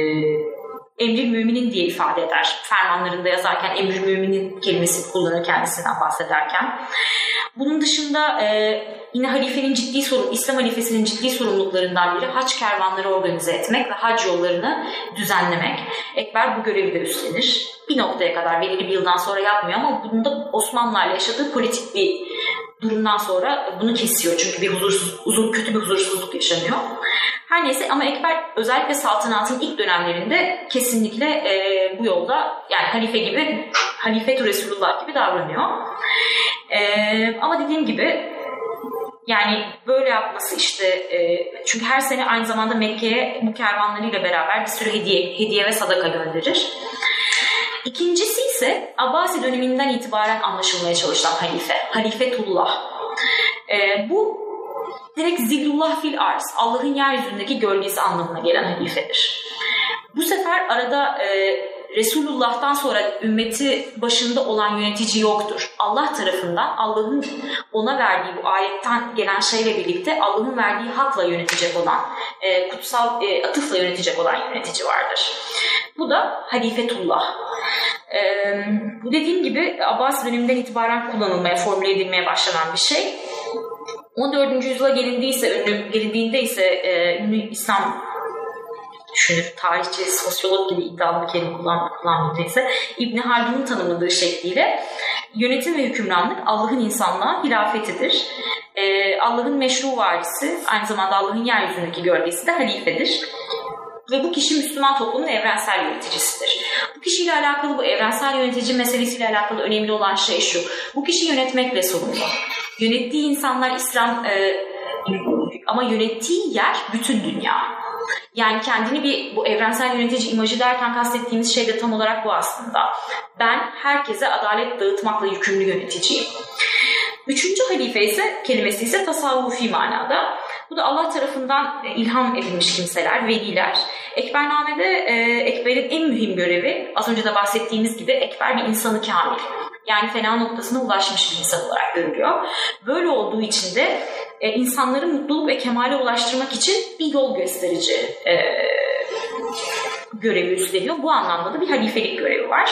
emri müminin diye ifade eder. Fermanlarında yazarken emri müminin kelimesini kullanır kendisinden bahsederken. Bunun dışında e, yine halifenin ciddi sorun, İslam halifesinin ciddi sorumluluklarından biri hac kervanları organize etmek ve hac yollarını düzenlemek. Ekber bu görevi de üstlenir. Bir noktaya kadar belirli bir yıldan sonra yapmıyor ama bunda Osmanlılarla yaşadığı politik bir durumdan sonra bunu kesiyor. Çünkü bir huzursuz, uzun kötü bir huzursuzluk yaşanıyor. Her neyse ama Ekber özellikle saltanatın ilk dönemlerinde kesinlikle e, bu yolda yani halife gibi, Halifetü Resulullah gibi davranıyor. E, ama dediğim gibi yani böyle yapması işte e, çünkü her sene aynı zamanda Mekke'ye bu kervanlarıyla beraber bir sürü hediye, hediye ve sadaka gönderir. İkincisi ise Abbasi döneminden itibaren anlaşılmaya çalışılan halife, Halifetullah. E, bu direkt Zillullah fil arz, Allah'ın yeryüzündeki gölgesi anlamına gelen halifedir. Bu sefer arada e, Resulullah'tan sonra ümmeti başında olan yönetici yoktur. Allah tarafından Allah'ın ona verdiği bu ayetten gelen şeyle birlikte Allah'ın verdiği hakla yönetecek olan, e, kutsal e, atıfla yönetecek olan yönetici vardır. Bu da halifetullah. Ee, bu dediğim gibi Abbasi döneminden itibaren kullanılmaya, formüle edilmeye başlanan bir şey. on dördüncü yüzyıla gelindiyse, ünlü, gelindiğinde ise e, ünlü İslam düşünür, tarihçi, sosyolog gibi iddialı bir kelime kullanmadıysa İbn Haldun'un tanımladığı şekliyle yönetim ve hükümranlık Allah'ın insanlığa hilafetidir. Ee, Allah'ın meşru varisi, aynı zamanda Allah'ın yeryüzündeki gölgesi de halifedir. Ve bu kişi Müslüman toplumun evrensel yöneticisidir. Bu kişiyle alakalı, bu evrensel yönetici meselesiyle alakalı önemli olan şey şu: bu kişi yönetmekle sorumlu. Yönettiği insanlar İslam e, ama yönettiği yer bütün dünya. Yani kendini bir bu evrensel yönetici imajı derken kastettiğimiz şey de tam olarak bu aslında. Ben herkese adalet dağıtmakla yükümlü yöneticiyim. Üçüncü halife ise kelimesi ise tasavvufi manada. Bu da Allah tarafından ilham edilmiş kimseler, veliler. Ekbername'de e, Ekber'in en mühim görevi, az önce de bahsettiğimiz gibi, Ekber bir insanı kamil. Yani fena noktasına ulaşmış bir insan olarak görülüyor. Böyle olduğu için de e, insanları mutluluk ve kemale ulaştırmak için bir yol gösterici e, görevi üstleniyor. Bu anlamda da bir halifelik görevi var.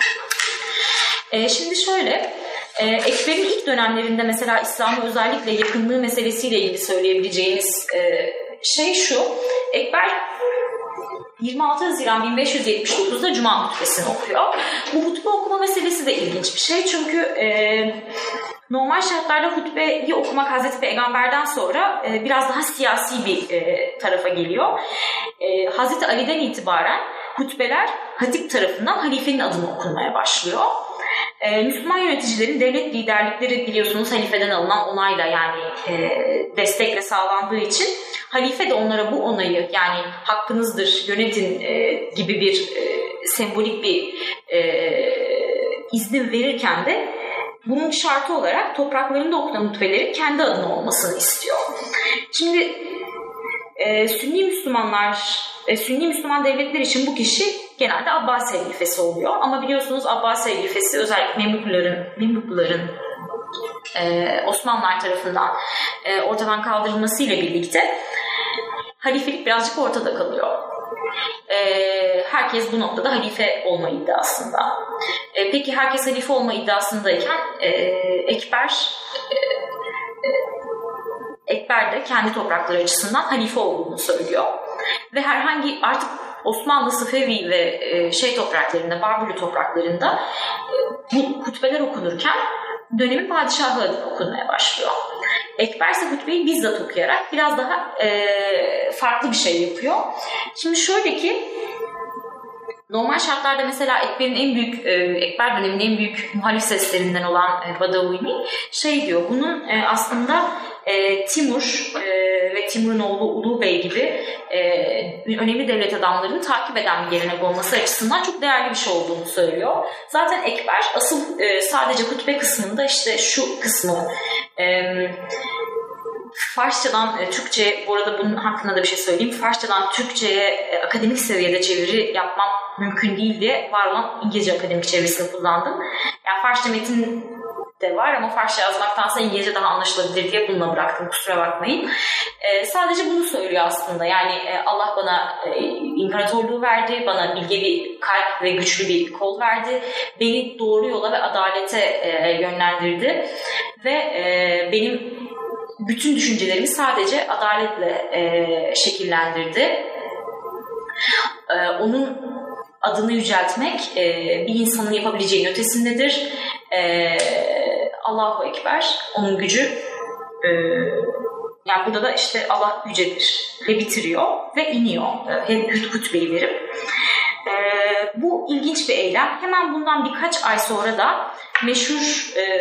E, şimdi şöyle... Ee, Ekber'in ilk dönemlerinde mesela İslam'a özellikle yakınlığı meselesiyle ilgili söyleyebileceğimiz e, şey şu: Ekber yirmi altı Haziran bin beş yüz yetmiş dokuzda Cuma hutbesini okuyor. Bu hutbe okuma meselesi de ilginç bir şey çünkü e, normal şartlarda hutbeyi okumak Hazreti Peygamber'den sonra e, biraz daha siyasi bir e, tarafa geliyor. E, Hazreti Ali'den itibaren hutbeler hatip tarafından halifenin adına okunmaya başlıyor. Ee, Müslüman yöneticilerin devlet liderlikleri biliyorsunuz halifeden alınan onayla, yani e, destekle sağlandığı için halife de onlara bu onayı, yani hakkınızdır yönetin e, gibi bir e, sembolik bir e, iznin verirken de bunun şartı olarak topraklarında okunan hutbelerin kendi adına olmasını istiyor. Şimdi e, Sünni Müslümanlar, e, Sünni Müslüman devletler için bu kişi genelde Abbasi halifesi oluyor. Ama biliyorsunuz Abbasi halifesi özellikle Memlukluların, Memlukluların e, Osmanlılar tarafından e, ortadan kaldırılmasıyla birlikte halifelik birazcık ortada kalıyor. E, herkes bu noktada halife olma iddiasında. E, peki herkes halife olma iddiasındayken e, Ekber e, Ekber de kendi toprakları açısından halife olduğunu söylüyor. Ve herhangi artık Osmanlı, Sıfevi ve şey topraklarında, Barbuli topraklarında bu hutbeler okunurken dönemin padişahı adına okunmaya başlıyor. Ekber ise hutbeyi bizzat okuyarak biraz daha e, farklı bir şey yapıyor. Şimdi şöyle ki, normal şartlarda mesela Ekber'in en büyük, e, Ekber döneminin en büyük muhalif seslerinden olan e, Badavuni şey diyor, bunun e, aslında e, Timur e, ve Timur'un oğlu Ulu Bey gibi e, önemli devlet adamlarını takip eden bir gelenek olması açısından çok değerli bir şey olduğunu söylüyor. Zaten Ekber asıl e, sadece hutbe kısmında işte şu kısmı e, Farsçadan e, Türkçe, bu arada bunun hakkında da bir şey söyleyeyim. Farsçadan Türkçe'ye e, akademik seviyede çeviri yapmam mümkün değil diye var olan İngilizce akademik çevirisini kullandım. Yani Farsça metin de var ama Farsça yazmaktansa İngilizce daha anlaşılabilir diye bununla bıraktım, kusura bakmayın. E, sadece bunu söylüyor aslında. Yani e, Allah bana e, imparatorluğu verdi, bana bilge bir kalp ve güçlü bir kol verdi. Beni doğru yola ve adalete e, yönlendirdi. Ve e, benim bütün düşüncelerimi sadece adaletle e, şekillendirdi. E, onun adını yüceltmek e, bir insanın yapabileceğinin ötesindedir. E, Allahu Ekber, onun gücü. E, yani burada da işte Allah yücedir ve bitiriyor ve iniyor. Hem hutbeyi verip. E, bu ilginç bir eylem. Hemen bundan birkaç ay sonra da meşhur e,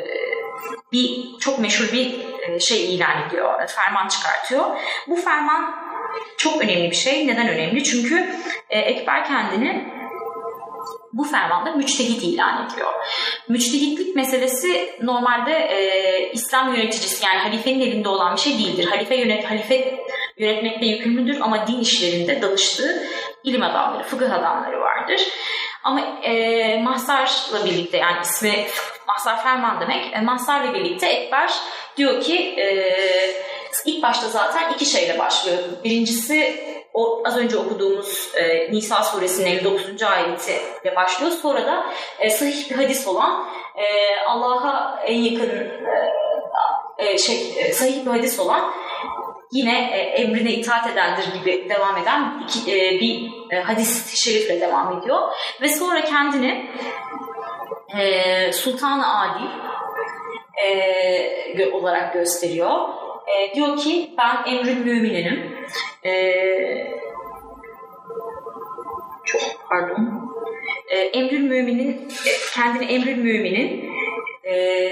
bir çok meşhur bir şey ilan ediyor, ferman çıkartıyor. Bu ferman çok önemli bir şey. Neden önemli? Çünkü e, Ekber kendini bu fermanda müçtehit ilan ediyor. Müçtehitlik meselesi normalde e, İslam yöneticisi, yani halifenin elinde olan bir şey değildir. Halife yönet halife yönetmekle yükümlüdür ama din işlerinde danıştığı ilim adamları, fıkıh adamları vardır. Ama e, Mahsar'la birlikte, yani ismi Mahsar Ferman demek, e, Mahsar'la birlikte Ekber diyor ki e, ilk başta zaten iki şeyle başlıyor. Birincisi o az önce okuduğumuz e, Nisa suresinin elli dokuzuncu ayetiyle başlıyor. Sonra da e, sahih bir hadis olan e, Allah'a en yakın e, e, şey e, sahih bir hadis olan, yine e, emrine itaat edendir gibi devam eden iki, e, bir e, hadis-i şerifle devam ediyor. Ve sonra kendini e, Sultan-ı Adil e, olarak gösteriyor. E, diyor ki ben emrül müminim. E, çok pardon. E, emrül müminin, kendini emrül müminin e,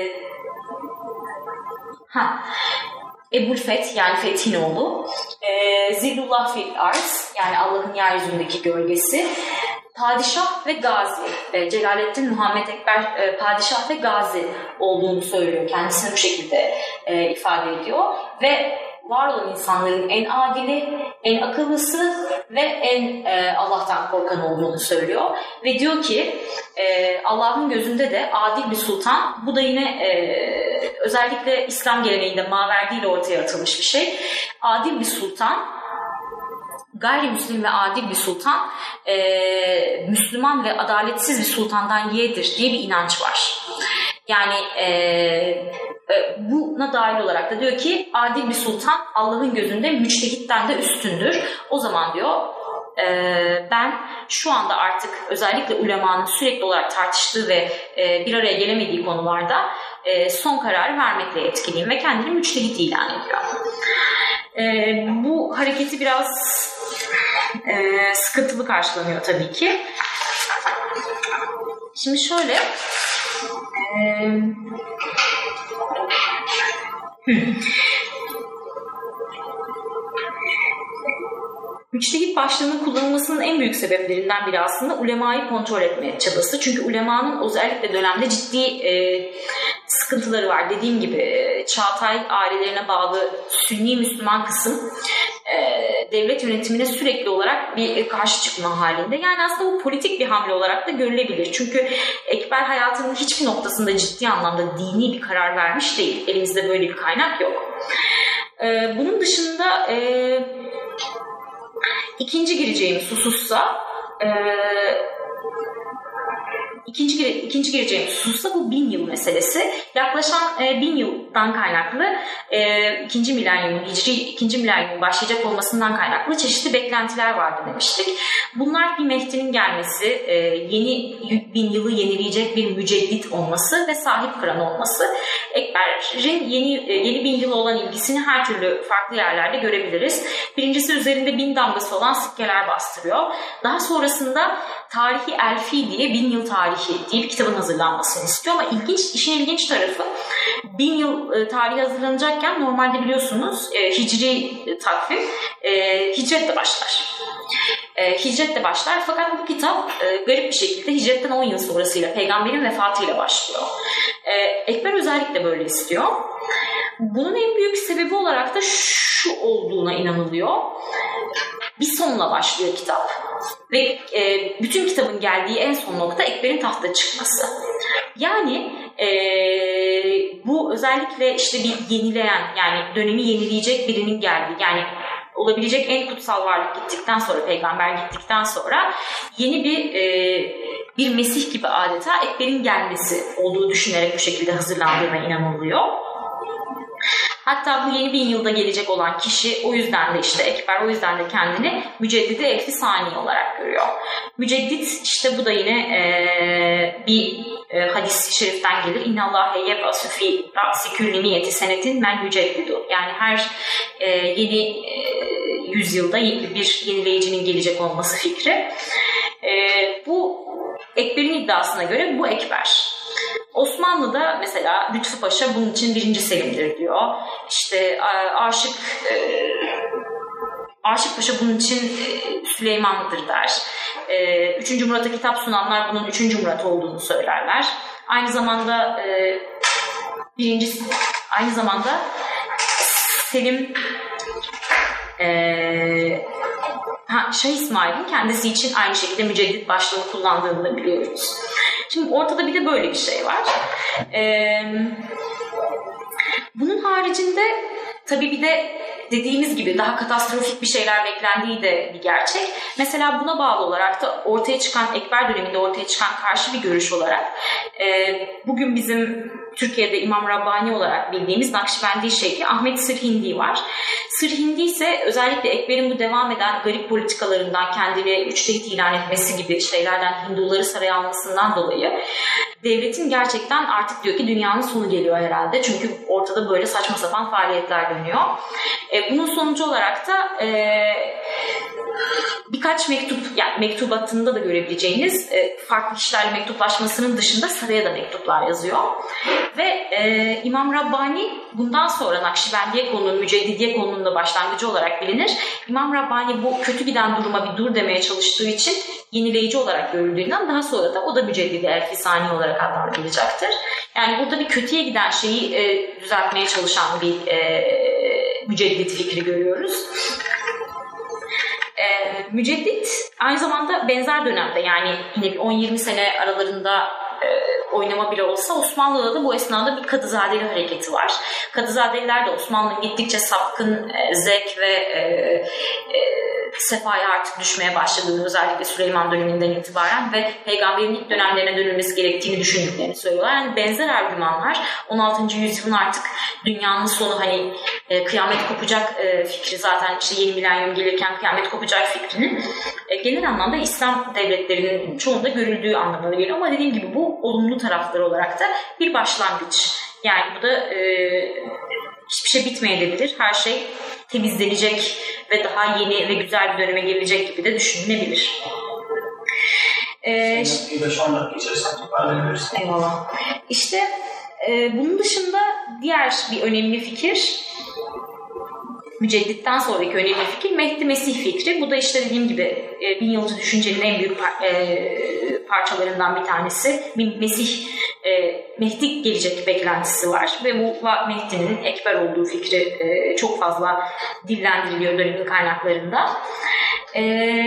ha Ebul Feth, yani Fethin oğlu, e, Zillullah fil arz, yani Allah'ın yeryüzündeki gölgesi, padişah ve gazi, e, Celaleddin Muhammed Ekber e, padişah ve gazi olduğunu söylüyor. Kendisini bu şekilde e, ifade ediyor ve var olan insanların en adili, en akıllısı ve en e, Allah'tan korkan olduğunu söylüyor. Ve diyor ki e, Allah'ın gözünde de adil bir sultan, bu da yine e, özellikle İslam geleneğinde Maverdi ile ortaya atılmış bir şey. Adil bir sultan, gayrimüslim ve adil bir sultan, e, Müslüman ve adaletsiz bir sultandan yeğdir diye bir inanç var. Yani e, e, buna dahil olarak da diyor ki adil bir sultan Allah'ın gözünde müçtehitten de üstündür. O zaman diyor e, ben şu anda artık özellikle ulemanın sürekli olarak tartıştığı ve e, bir araya gelemediği konularda e, son kararı vermekle yetkiliyim ve kendini müçtehit ilan ediyor. E, bu hareketi biraz e, sıkıntılı karşılanıyor tabii ki. Şimdi şöyle e, müçtehit başlığının kullanılmasının en büyük sebeplerinden biri aslında ulemayı kontrol etme çabası. Çünkü ulemanın özellikle dönemde ciddi e, sıkıntıları var. Dediğim gibi e, Çağatay ailelerine bağlı Sünni Müslüman kısım e, devlet yönetimine sürekli olarak bir karşı çıkma halinde. Yani aslında bu politik bir hamle olarak da görülebilir. Çünkü Ekber hayatının hiçbir noktasında ciddi anlamda dini bir karar vermiş değil. Elimizde böyle bir kaynak yok. E, bunun dışında e, İkinci gireceğimiz husussa e, ikinci, ikinci gireceğimiz husussa bu bin yıl meselesi. Yaklaşan e, bin yıldan kaynaklı e, ikinci milenyumun, hicri ikinci milenyumun başlayacak olmasından kaynaklı çeşitli beklentiler vardı demiştik. Bunlar bir Mehdi'nin gelmesi, e, yeni bin yılı yenileyecek bir müceddit olması ve sahip Kur'an olması. Ekber'in yeni, yeni bin yılı olan ilgisini her türlü farklı yerlerde görebiliriz. Birincisi üzerinde bin damgası olan sikkeler bastırıyor. Daha sonrasında Tarihi Elfi diye bin yıl tarihi diye bir kitabın hazırlanmasını istiyor. Ama ilginç, işin ilginç tarafı bin yıl e, tarihi hazırlanacakken normalde biliyorsunuz e, hicri takvim e, hicretle başlar. E, hicretle başlar fakat bu kitap e, garip bir şekilde hicretten on yıl sonrasıyla peygamberin vefatıyla başlıyor. E, Ekber özellikle böyle istiyor. Bunun en büyük sebebi olarak da şu olduğuna inanılıyor. Bir sonla başlıyor kitap. Ve e, bütün kitabın geldiği en son nokta Ekber'in tahta çıkması. Yani e, bu özellikle işte bir yenileyen, yani dönemi yenileyecek birinin geldiği, yani olabilecek en kutsal varlık gittikten sonra, peygamber gittikten sonra yeni bir e, bir Mesih gibi adeta Ekber'in gelmesi olduğu düşünerek bu şekilde hazırlandığına inanılıyor. Hatta bu yeni bin yılda gelecek olan kişi o yüzden de işte Ekber o yüzden de kendini Müceddid-i Elfi Sani olarak görüyor. Müceddit işte bu da yine e, bir e, hadis-i şeriften gelir. İnnallâhe yeb'asü fî ra'si külli niyeti senetin men yüceddidu. Yani her e, yeni e, yüzyılda bir yenileyicinin gelecek olması fikri. E, bu Ekber'in iddiasına göre bu Ekber. Osmanlı'da mesela Lütfü Paşa bunun için birinci Selim'dir diyor. İşte Aşık e, Aşık Paşa bunun için Süleyman'dır der. E, üçüncü Murat'a kitap sunanlar bunun üçüncü Murat olduğunu söylerler. Aynı zamanda e, birinci aynı zamanda Selim e, ha, Şah İsmail'in kendisi için aynı şekilde müceddit başlığını kullandığını da biliyoruz. Şimdi ortada bir de böyle bir şey var. Ee, bunun haricinde tabii bir de dediğimiz gibi daha katastrofik bir şeyler beklendiği de bir gerçek. Mesela buna bağlı olarak da ortaya çıkan, Ekber döneminde ortaya çıkan karşı bir görüş olarak e, bugün bizim Türkiye'de İmam Rabbani olarak bildiğimiz Nakşibendi Şeyhi Ahmet Sırhindi var. Sırhindi ise özellikle Ekber'in bu devam eden garip politikalarından, kendini müçtehit ilan etmesi gibi şeylerden, Hinduları saraya almasından dolayı devletin gerçekten artık diyor ki dünyanın sonu geliyor herhalde. Çünkü ortada böyle saçma sapan faaliyetler dönüyor. E, bunun sonucu olarak da e, birkaç mektup, yani mektubatında da görebileceğiniz e, farklı kişilerle mektuplaşmasının dışında saraya da mektuplar yazıyor. Ve e, İmam Rabbani bundan sonra Nakşibendiye konunun, Müceddidiye konunun da başlangıcı olarak bilinir. İmam Rabbani bu kötü giden duruma bir dur demeye çalıştığı için yenileyici olarak görüldüğünden daha sonra da o da Müceddidi Elfisani olarak adlandırılacaktır. Yani burada bir kötüye giden şeyi e, düzeltmeye çalışan bir e, müceddit fikri görüyoruz. E, müceddit aynı zamanda benzer dönemde, yani yine on yirmi sene aralarında e, oynama bile olsa Osmanlı'da da bu esnada bir Kadızadeli hareketi var. Kadızadeliler de Osmanlı'nın gittikçe sapkın e, zevk ve e, e, sefaya artık düşmeye başladığını, özellikle Süleyman döneminden itibaren ve peygamberin ilk dönemlerine dönülmesi gerektiğini düşündüklerini söylüyorlar. Yani benzer argümanlar on altıncı yüzyılın artık dünyanın sonu, hani e, kıyamet kopacak e, fikri, zaten işte yeni milenyum gelirken kıyamet kopacak fikrinin e, genel anlamda İslam devletlerinin çoğunda görüldüğü anlamına geliyor. Ama dediğim gibi bu olumlu tarafları olarak da bir başlangıç. Yani bu da e, hiçbir şey bitmeyebilir. Her şey temizlenecek ve daha yeni ve güzel bir döneme gelecek gibi de düşünülebilir. Ee, beş on dakika içerisinde toparlayabilirsin. Eyvallah. İşte e, bunun dışında diğer bir önemli fikir, Müceddit'ten sonraki önemli fikir Mehdi Mesih fikri. Bu da işte dediğim gibi e, bin yılcı düşüncenin en büyük par- e, parçalarından bir tanesi. Bir Mesih, e, Mehdi gelecek beklentisi var ve bu Mehdi'nin Ekber olduğu fikri e, çok fazla dillendiriliyor dönemin kaynaklarında. E,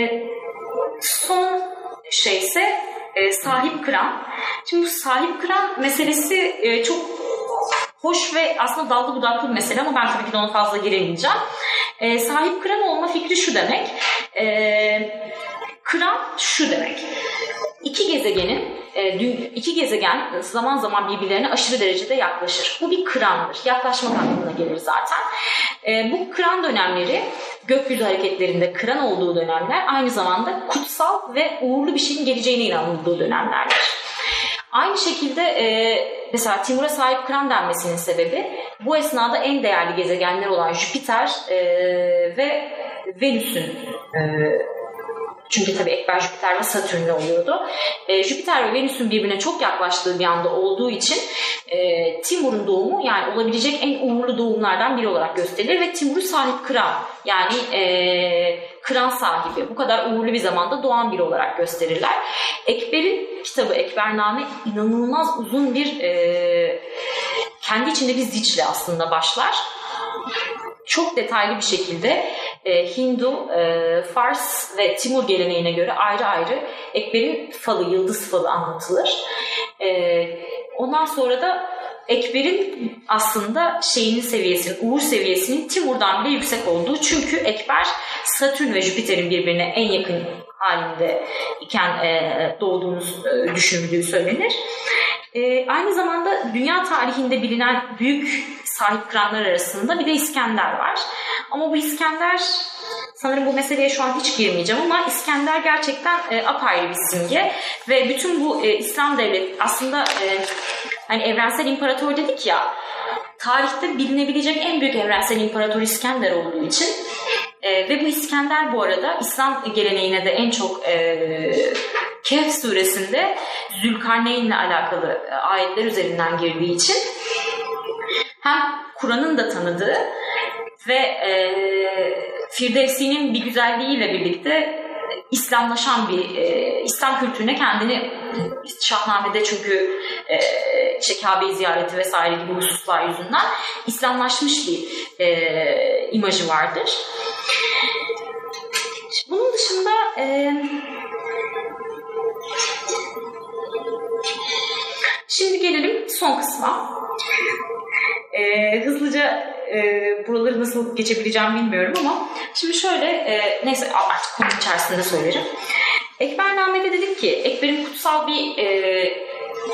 son şey ise e, sahip kıran. Şimdi bu sahip kıran meselesi e, çok hoş ve aslında dallı budaklı bir mesele ama ben tabii ki de ona fazla giremeyeceğim. E, sahip kıran olma fikri şu demek. E, kıran şu demek. İki gezegenin, e, iki gezegen zaman zaman birbirlerine aşırı derecede yaklaşır. Bu bir kırandır. Yaklaşmak anlamına gelir zaten. E, bu kıran dönemleri, gökyüzü hareketlerinde kıran olduğu dönemler aynı zamanda kutsal ve uğurlu bir şeyin geleceğine inanıldığı dönemlerdir. Aynı şekilde e, mesela Timur'a sahip kıran denmesinin sebebi bu esnada en değerli gezegenler olan Jüpiter e, ve Venüs'ün, e, çünkü tabii Ekber Jüpiter ve Satürn'le oluyordu. E, Jüpiter ve Venüs'ün birbirine çok yaklaştığı bir anda olduğu için e, Timur'un doğumu yani olabilecek en uğurlu doğumlardan biri olarak gösterilir ve Timur'u sahip kıran, yani e, kıran sahibi, bu kadar uğurlu bir zamanda doğan biri olarak gösterirler. Ekber'in kitabı Ekbername inanılmaz uzun bir e, kendi içinde bir ziçle aslında başlar. Çok detaylı bir şekilde e, Hindu, e, Fars ve Timur geleneğine göre ayrı ayrı Ekber'in falı, yıldız falı anlatılır. E, ondan sonra da Ekber'in aslında şeyinin seviyesinin, uğur seviyesinin Timur'dan bile yüksek olduğu, çünkü Ekber Satürn ve Jüpiter'in birbirine en yakın halinde iken e, doğduğunu e, düşünüldüğü söylenir. E, aynı zamanda dünya tarihinde bilinen büyük sahip kıranlar arasında bir de İskender var. Ama bu İskender, sanırım bu meseleye şu an hiç girmeyeceğim ama İskender gerçekten e, apayrı bir simge ve bütün bu e, İslam devleti aslında e, hani evrensel imparator dedik ya, tarihte bilinebilecek en büyük evrensel imparator İskender olduğu için e, ve bu İskender bu arada İslam geleneğine de en çok e, Kehf suresinde Zülkarneyn'le alakalı e, ayetler üzerinden girdiği için hem Kur'an'ın da tanıdığı ve e, Firdevsi'nin bir güzelliğiyle birlikte İslamlaşan bir, e, İslam kültürüne kendini, Şahname'de çünkü e, işte Kabe'yi ziyareti vesaire gibi hususlar yüzünden İslamlaşmış bir e, imajı vardır. Bunun dışında e, şimdi gelelim son kısma. E, hızlıca e, buraları nasıl geçebileceğim bilmiyorum ama şimdi şöyle, e, neyse artık konu içerisinde söylerim. Ekbername'de dedik ki Ekber'in kutsal bir e,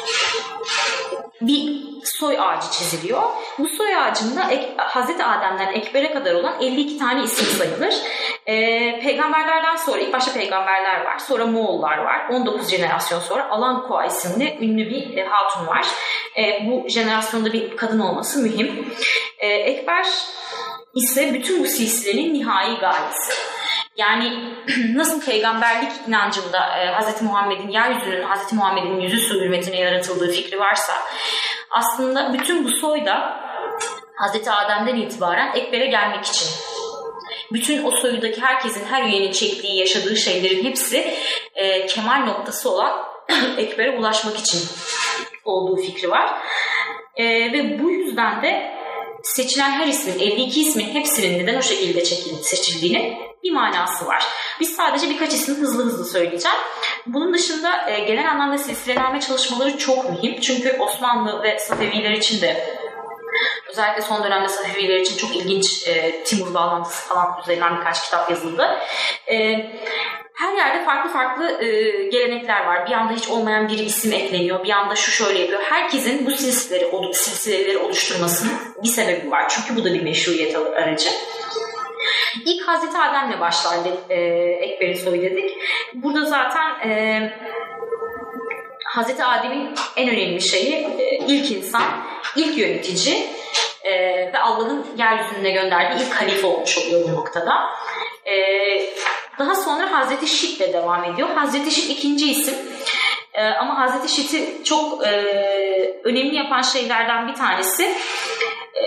bir soy ağacı çiziliyor. Bu soy ağacında Ek, Hazreti Adem'den Ekber'e kadar olan elli iki tane isim sayılır. E, peygamberlerden sonra ilk başta peygamberler var. Sonra Moğollar var. on dokuz jenerasyon sonra Alankoa isimli ünlü bir e, hatun var. E, bu jenerasyonda bir kadın olması mühim. E, Ekber ise bütün bu silsilenin nihai gayesi. Yani nasıl peygamberlik inancında e, Hz. Muhammed'in yeryüzünün, Hz. Muhammed'in yüzü su hürmetine yaratıldığı fikri varsa aslında bütün bu soy da Hz. Adem'den itibaren Ekber'e gelmek için. Bütün o soydaki herkesin, her üyenin çektiği, yaşadığı şeylerin hepsi e, kemal noktası olan Ekber'e ulaşmak için olduğu fikri var. E, ve bu yüzden de seçilen her ismin, elli iki ismin hepsinin neden o şekilde seçildiğini bir manası var. Biz sadece birkaç ismi hızlı hızlı söyleyeceğim. Bunun dışında e, genel anlamda silsilename çalışmaları çok mühim. Çünkü Osmanlı ve Safeviler için de, özellikle son dönemde Safeviler için çok ilginç e, Timur bağlantısı falan üzerinden birkaç kitap yazıldı. E, her yerde farklı farklı e, gelenekler var. Bir anda hiç olmayan bir isim ekleniyor. Bir anda şu şöyle yapıyor. Herkesin bu silsileleri, silsileleri oluşturmasının bir sebebi var. Çünkü bu da bir meşruiyet aracı. İlk Hazreti Adem'le başlar e, Ekber'in soyu dedik. Burada zaten e, Hazreti Adem'in en önemli şeyi e, ilk insan, ilk yönetici e, ve Allah'ın yeryüzüne gönderdiği ilk halife olmuş oluyor bu noktada. E, daha sonra Hazreti Şit'le devam ediyor. Hazreti Şit ikinci isim. E, ama Hazreti Şit'i çok e, önemli yapan şeylerden bir tanesi e,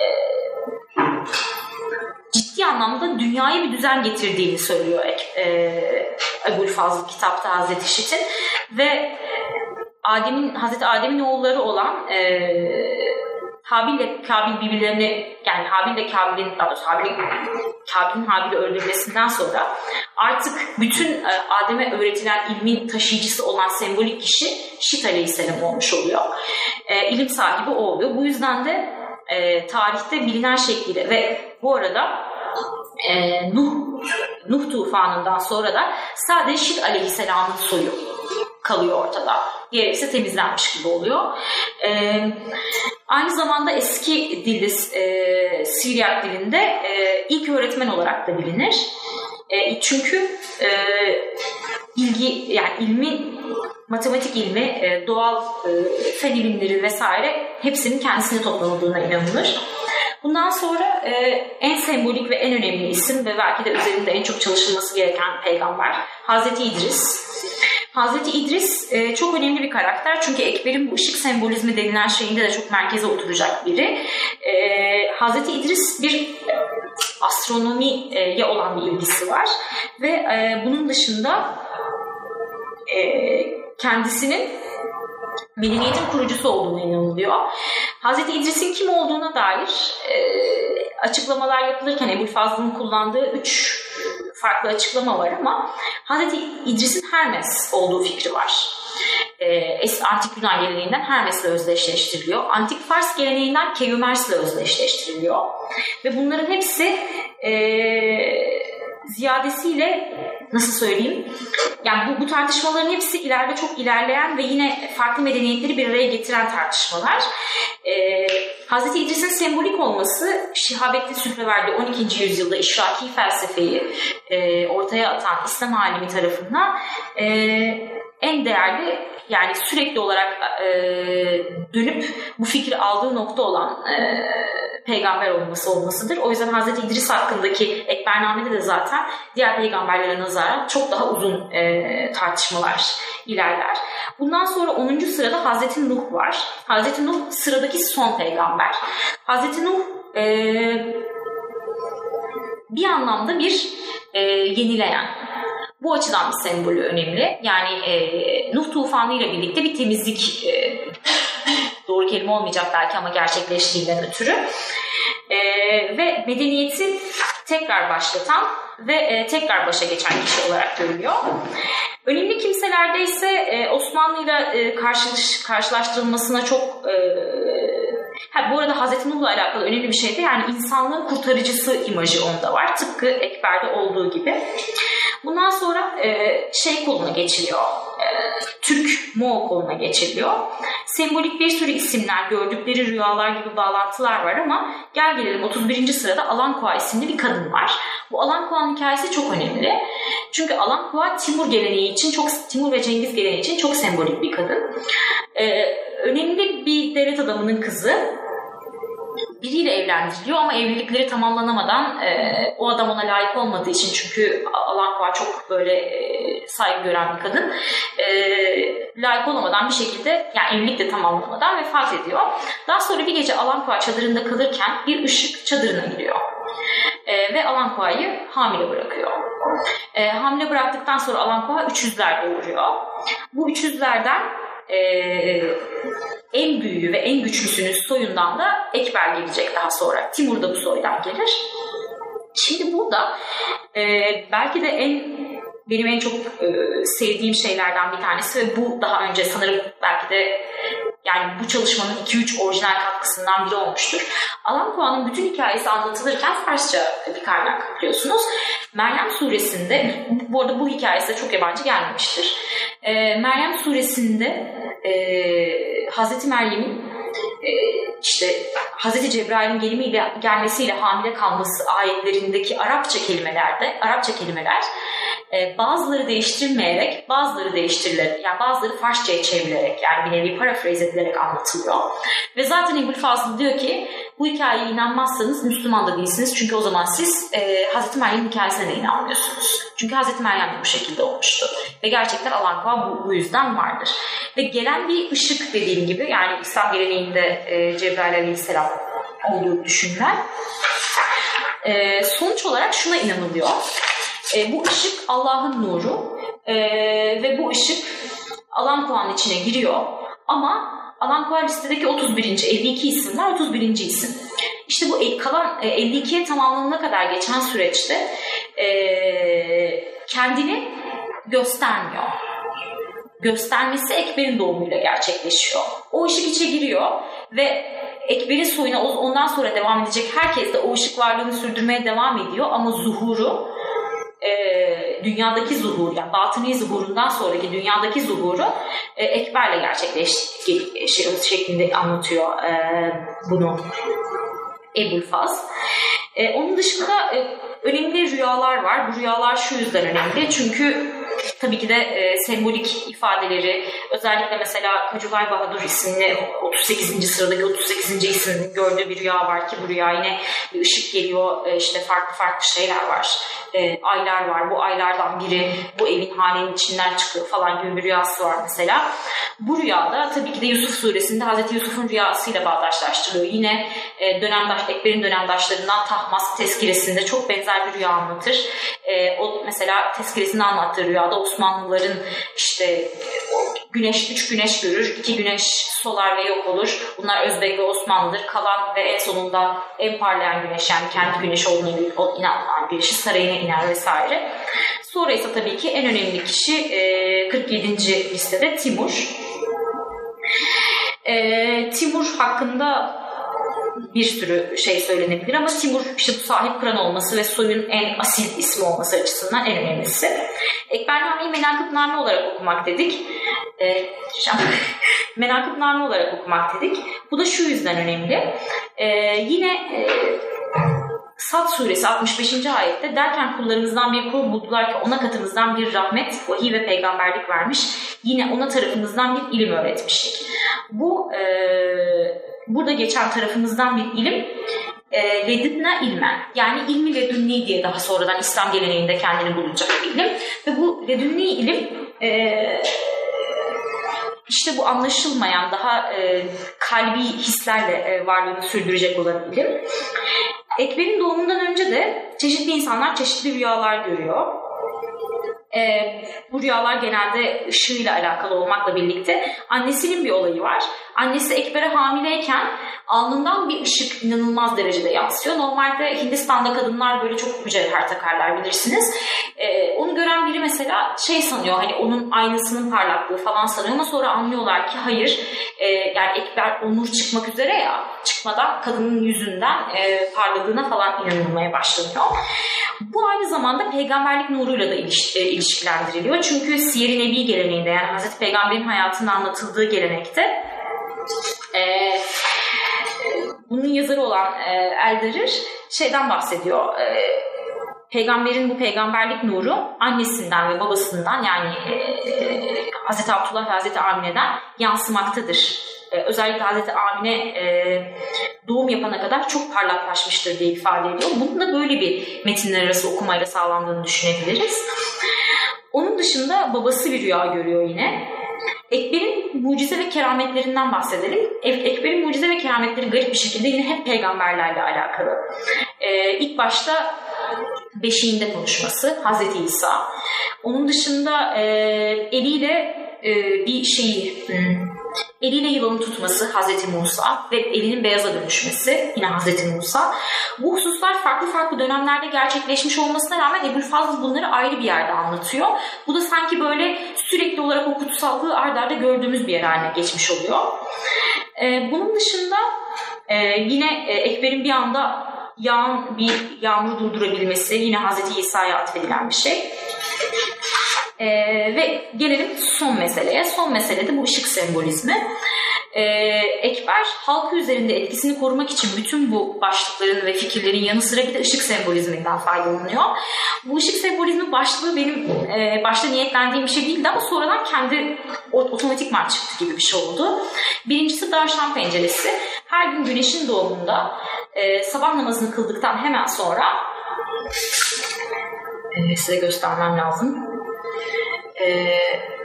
ciddi anlamda dünyaya bir düzen getirdiğini söylüyor e, Ebu'l-Fazl kitapta Hazreti Şit'in ve Adem'in, Hazreti Adem'in oğulları olan e, Habil ile Kabil birbirlerini, yani Habil ile Kabil'in, daha doğrusu Habil'in Kabil'in Habil'i öldürmesinden sonra artık bütün e, Adem'e öğretilen ilmin taşıyıcısı olan sembolik kişi Şit Aleyhisselam olmuş oluyor. E, ilim sahibi o oluyor. Bu yüzden de e, tarihte bilinen şekliyle ve bu arada e, Nuh, Nuh tufanından sonra da sadece Şit Aleyhisselam'ın soyu kalıyor ortada. Diğer ise temizlenmiş gibi oluyor. Ee, aynı zamanda eski dilde, e, Siryak dilinde e, ilk öğretmen olarak da bilinir. E, çünkü e, ilgi, yani ilmi, matematik ilmi, e, doğal e, fen ilimleri vesaire hepsinin kendisine toplanıldığına inanılır. Bundan sonra e, en sembolik ve en önemli isim ve belki de üzerinde en çok çalışılması gereken peygamber Hazreti İdris. Hazreti İdris e, çok önemli bir karakter çünkü Ekber'in bu ışık sembolizmi denilen şeyinde de çok merkeze oturacak biri. E, Hazreti İdris bir astronomiye olan bir ilgisi var ve e, bunun dışında e, kendisinin medeniyetin kurucusu olduğuna inanılıyor. Hazreti İdris'in kim olduğuna dair e, açıklamalar yapılırken Ebu'l-Fazl'ın kullandığı üç farklı açıklama var ama Hazreti İdris'in Hermes olduğu fikri var. E, Antik Yunan geleneğinden Hermes'le özdeşleştiriliyor. Antik Fars geleneğinden Keyumers'le özdeşleştiriliyor. Ve bunların hepsi e, ziyadesiyle nasıl söyleyeyim? Yani bu, bu tartışmaların hepsi ileride çok ilerleyen ve yine farklı medeniyetleri bir araya getiren tartışmalar. Ee, Hazreti İdris'in sembolik olması Şihabettin Sühreverdi on ikinci yüzyılda işraki felsefeyi e, ortaya atan İslam alimi tarafından e, en değerli, yani sürekli olarak e, dönüp bu fikri aldığı nokta olan e, peygamber olması olmasıdır. O yüzden Hazreti İdris hakkındaki Ekbername'de de zaten diğer peygamberlere nazaran çok daha uzun e, tartışmalar ilerler. Bundan sonra onuncu sırada Hazreti Nuh var. Hazreti Nuh sıradaki son peygamber. Hazreti Nuh e, bir anlamda bir e, yenileyen. Bu açıdan bir sembolü önemli. Yani e, Nuh tufanı ile birlikte bir temizlik, e, doğru kelime olmayacak belki ama gerçekleştiğinden ötürü e, ve medeniyeti tekrar başlatan ve e, tekrar başa geçen kişi olarak görülüyor. Önemli kimselerde ise e, Osmanlı ile karşılaş, karşılaştırılmasına çok... E, ha, bu arada Hazreti Nuh'la alakalı önemli bir şey de yani insanlığın kurtarıcısı imajı onda var. Tıpkı Ekber'de olduğu gibi. Bundan sonra e, şey koluna geçiliyor. E, Türk Moğol koluna geçiliyor. Sembolik bir sürü isimler, gördükleri rüyalar gibi bağlantılar var ama gel gelelim otuz birinci sırada Alankoa isimli bir kadın var. Bu Alankoa'nın hikayesi çok önemli. Çünkü Alankoa Timur geleneği için çok Timur ve Cengiz geleneği için çok sembolik bir kadın. E, önemli bir devlet adamının kızı. Biriyle evlendiriliyor ama evlilikleri tamamlanamadan e, o adam ona layık olmadığı için çünkü Alankoa çok böyle e, saygı gören bir kadın e, layık olamadan bir şekilde yani evlilik de tamamlanamadan vefat ediyor. Daha sonra bir gece Alankoa çadırında kalırken bir ışık çadırına giriyor e, ve Alankoa'yı hamile bırakıyor. E, hamile bıraktıktan sonra Alankoa üç yüzler doğuruyor. Bu üç yüzlerden Ee, en büyüğü ve en güçlüsünün soyundan da Ekber gelecek daha sonra. Timur da bu soydan gelir. Şimdi burada e, belki de en benim en çok e, sevdiğim şeylerden bir tanesi ve bu daha önce sanırım belki de yani bu çalışmanın iki üç orijinal katkısından biri olmuştur. Alankoa'nın bütün hikayesi anlatılırken Farsça bir kaynak biliyorsunuz. Meryem suresinde, bu arada bu hikayesi de çok yabancı gelmemiştir. Ee, Meryem suresinde e, Hazreti Meryem'in e, işte Hazreti Cebrail'in gelimiyle gelmesiyle hamile kalması ayetlerindeki Arapça kelimelerde, Arapça kelimeler e, bazıları değiştirilmeyerek, bazıları değiştirilerek, yani bazıları Farsça'ya çevrilerek, yani bir nevi paraphrase edilerek anlatılıyor. Ve zaten Ebul Fazıl diyor ki bu hikayeye inanmazsanız Müslüman da değilsiniz. Çünkü o zaman siz e, Hazreti Meryem'in hikayesine de inanmıyorsunuz. Çünkü Hazreti Meryem de bu şekilde olmuştu. Ve gerçekten Alankoa bu, bu yüzden vardır. Ve gelen bir ışık dediğim gibi yani İslam geleneğinde e, Cebrail Aleyhisselam olduğu düşünülen. E, sonuç olarak şuna inanılıyor. E, bu ışık Allah'ın nuru e, ve bu ışık Alankoa'nın içine giriyor. Ama Alankoa listedeki otuz birinci elli iki isim var, otuz birinci isim. İşte bu kalan elli ikiye tamamlanana kadar geçen süreçte e, kendini göstermiyor. Göstermesi Ekber'in doğumuyla gerçekleşiyor. O ışık içe giriyor ve Ekber'in soyuna ondan sonra devam edecek herkes de o ışık varlığını sürdürmeye devam ediyor ama zuhuru E, dünyadaki zuhur, yani batıni zuhurundan sonraki dünyadaki zuhuru e, Ekber'le gerçekleştiği şey, şeklinde anlatıyor e, bunu Ebul Faz. E, onun dışında e, önemli rüyalar var. Bu rüyalar şu yüzden önemli. Çünkü tabii ki de e, sembolik ifadeleri, özellikle mesela Kacugay Bahadur isimli otuz sekizinci sıradaki otuz sekizinci isminin gördüğü bir rüya var ki bu rüya yine bir ışık geliyor, e, işte farklı farklı şeyler var. E, aylar var. Bu aylardan biri bu evin hanenin içinden çıkıyor falan gibi bir rüyası var mesela. Bu rüyada tabii ki de Yusuf suresinde Hazreti Yusuf'un rüyasıyla bağdaşlaştırılıyor. Yine e, dönemdaş, Ekber'in dönemdaşlarından Tahmas tezkiresinde çok benzer bir rüya anlatır. E, o mesela tezkiresinde anlattığı rüyada Osmanlıların işte güneş, üç güneş görür, iki güneş solar ve yok olur. Bunlar Özbek ve Osmanlıdır. Kalan ve en sonunda en parlayan güneş, yani kendi güneş olduğuna inanan güneşi sarayına iner vesaire. Sonra ise tabii ki en önemli kişi kırk yedinci listede Timur. E, Timur hakkında bir sürü şey söylenebilir ama Timur işte bu sahip kıran olması ve soyun en asil ismi olması açısından en önemlisi. Ekbername'yi Menakıbname olarak okumak dedik. Ee, Menakıbname olarak okumak dedik. Bu da şu yüzden önemli. Ee, yine e, Sad suresi altmış beşinci ayette derken kullarımızdan bir kul buldular ki ona katımızdan bir rahmet, vahiy ve peygamberlik vermiş. Yine ona tarafımızdan bir ilim öğretmiştik. Bu e, burada geçen tarafımızdan bir ilim e, ledinna ilmen, yani ilmi ledünni diye daha sonradan İslam geleneğinde kendini bulacak bir ilim. Ve bu ledünni ilim e, işte bu anlaşılmayan daha e, kalbi hislerle e, varlığını sürdürecek olan ilim. Ekber'in doğumundan önce de çeşitli insanlar çeşitli rüyalar görüyor. e, bu rüyalar genelde ışığıyla alakalı olmakla birlikte annesinin bir olayı var. Annesi Ekber'e hamileyken alnından bir ışık inanılmaz derecede yansıyor. Normalde Hindistan'da kadınlar böyle çok mücevher takarlar, bilirsiniz. E, onu gören biri mesela şey sanıyor, hani onun aynasının parlaklığı falan sanıyor ama sonra anlıyorlar ki hayır, e, yani Ekber o nur çıkmak üzere ya, çıkmadan kadının yüzünden e, parladığına falan inanılmaya başlanıyor. Bu aynı zamanda peygamberlik nuruyla da iliş, e, ilişkilendiriliyor. Çünkü Siyer-i Nebi geleneğinde, yani Hazreti Peygamber'in hayatında anlatıldığı gelenekte e, bunun yazarı olan e, Eldarir şeyden bahsediyor. E, Peygamberin bu peygamberlik nuru annesinden ve babasından, yani e, Hazreti Abdullah ve Hazreti Amine'den yansımaktadır. E, özellikle Hazreti Amine e, doğum yapana kadar çok parlaklaşmıştır diye ifade ediyor. Bunun da böyle bir metinler arası okumayla sağlandığını düşünebiliriz. Onun dışında babası bir rüya görüyor yine. Ekber'in mucize ve kerametlerinden bahsedelim. Ekber'in mucize ve kerametleri garip bir şekilde yine hep peygamberlerle alakalı. Ee, ilk başta beşiğinde konuşması Hazreti İsa. Onun dışında e, eliyle e, bir şeyi, hmm, eliyle yılanı tutması Hazreti Musa ve elinin beyaza dönüşmesi yine Hazreti Musa. Bu hususlar farklı farklı dönemlerde gerçekleşmiş olmasına rağmen Ebu'l-Fazl bunları ayrı bir yerde anlatıyor. Bu da sanki böyle sürekli olarak o kutsallığı ard arda gördüğümüz bir yer haline geçmiş oluyor. Ee, bunun dışında e, yine e, Ekber'in bir anda yağan bir yağmuru durdurabilmesi yine Hazreti İsa'ya atfedilen bir şey. Ee, ve gelelim son meseleye. Son mesele de bu ışık sembolizmi. Ee, Ekber halkı üzerinde etkisini korumak için bütün bu başlıkların ve fikirlerin yanı sıra bir de ışık sembolizminden faydalanıyor. Bu ışık sembolizmi başlığı benim e, başta niyetlendiğim bir şey değildi ama sonradan kendi otomatikman çıktı gibi bir şey oldu. Birincisi Darşan penceresi. Her gün güneşin doğumunda e, sabah namazını kıldıktan hemen sonra e, size göstermem lazım. Ee,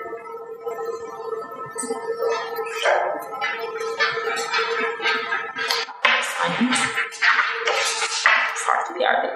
farklı bir yerdeydi.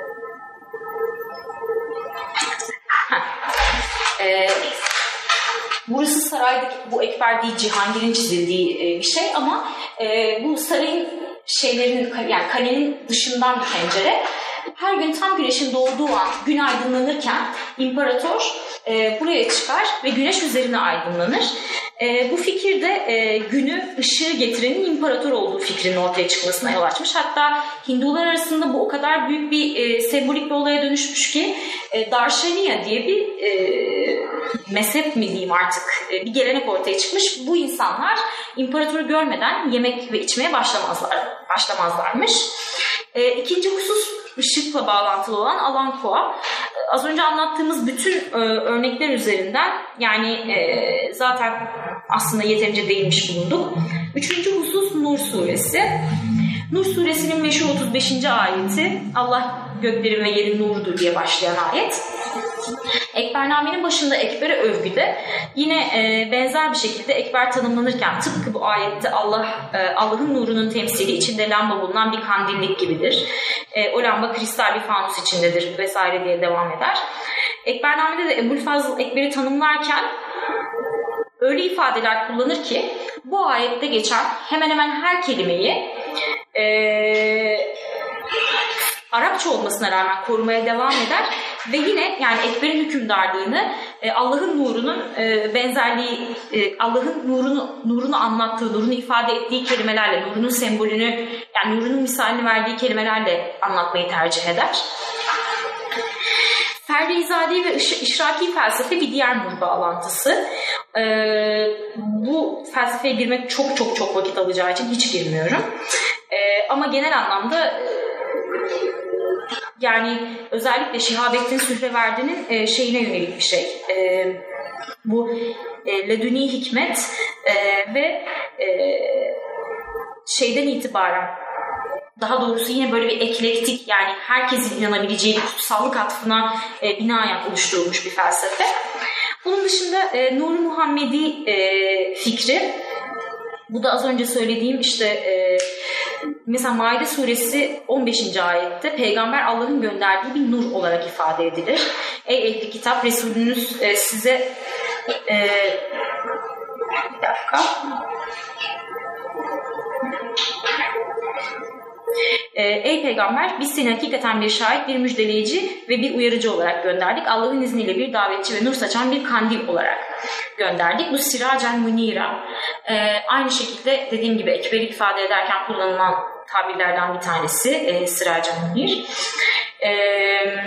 Ee, burası saraydaki, bu Ekber değil Cihangir'in çizildiği e, bir şey ama e, bu sarayın şeylerin, yani kalenin dışından bir pencere. Her gün tam güneşin doğduğu an gün aydınlanırken imparator e, buraya çıkar ve güneş üzerine aydınlanır. E, bu fikir de e, günü ışığı getirenin imparator olduğu fikrinin ortaya çıkmasına yol açmış. Hatta Hindular arasında bu o kadar büyük bir e, sembolik bir olaya dönüşmüş ki e, Darshaniya diye bir e, mezhep mi diyeyim artık e, bir gelenek ortaya çıkmış. Bu insanlar imparatoru görmeden yemek ve içmeye başlamazlar, başlamazlarmış. E, ikinci husus ışıkla bağlantılı olan Alan-Koa. Az önce anlattığımız bütün e, örnekler üzerinden yani e, zaten aslında yeterince değinmiş bulunduk. Üçüncü husus Nur suresi. Nur suresinin meşhur otuz beşinci ayeti Allah göklerin ve yerin nurudur diye başlayan ayet. Ekbernamenin başında Ekber'e övgüde yine e, benzer bir şekilde Ekber tanımlanırken tıpkı bu ayette Allah e, Allah'ın nurunun temsili içinde lamba bulunan bir kandillik gibidir. E, o lamba kristal bir fanus içindedir vesaire diye devam eder. Ekbernamen'de de Ebu'l-Fazl Ekber'i tanımlarken öyle ifadeler kullanır ki bu ayette geçen hemen hemen her kelimeyi e, Arapça olmasına rağmen korumaya devam eder ve yine yani Ekber'in hükümdarlığını e, Allah'ın nurunun e, benzerliği, e, Allah'ın nurunu nurunu anlattığı, nurunu ifade ettiği kelimelerle, nurunun sembolünü, yani nurunun misalini verdiği kelimelerle anlatmayı tercih eder. Ferdi-i ve İşraki felsefe bir diğer nur bağlantısı. Ee, bu felsefeye girmek çok çok çok vakit alacağı için hiç girmiyorum. Ee, ama genel anlamda e, yani özellikle Şihabettin Sühreverdi'nin e, şeyine yönelik bir şey. E, bu e, leduni hikmet e, ve e, şeyden itibaren daha doğrusu yine böyle bir eklektik, yani herkesin inanabileceği bir kutsallık atfına e, binaen oluşturulmuş bir felsefe. Bunun dışında e, Nur-u Muhammedi e, fikri, bu da az önce söylediğim işte e, Mesela Maide suresi on beşinci ayette peygamber Allah'ın gönderdiği bir nur olarak ifade edilir. Ey ehli kitap, Resulünüz e, size e, bir dakika Ey peygamber, biz seni hakikaten bir şahit, bir müjdeleyici ve bir uyarıcı olarak gönderdik. Allah'ın izniyle bir davetçi ve nur saçan bir kandil olarak gönderdik. Bu Siracen Munira. Ee, aynı şekilde dediğim gibi ekberi ifade ederken kullanılan tabirlerden bir tanesi e, Siracen Munir. Ee,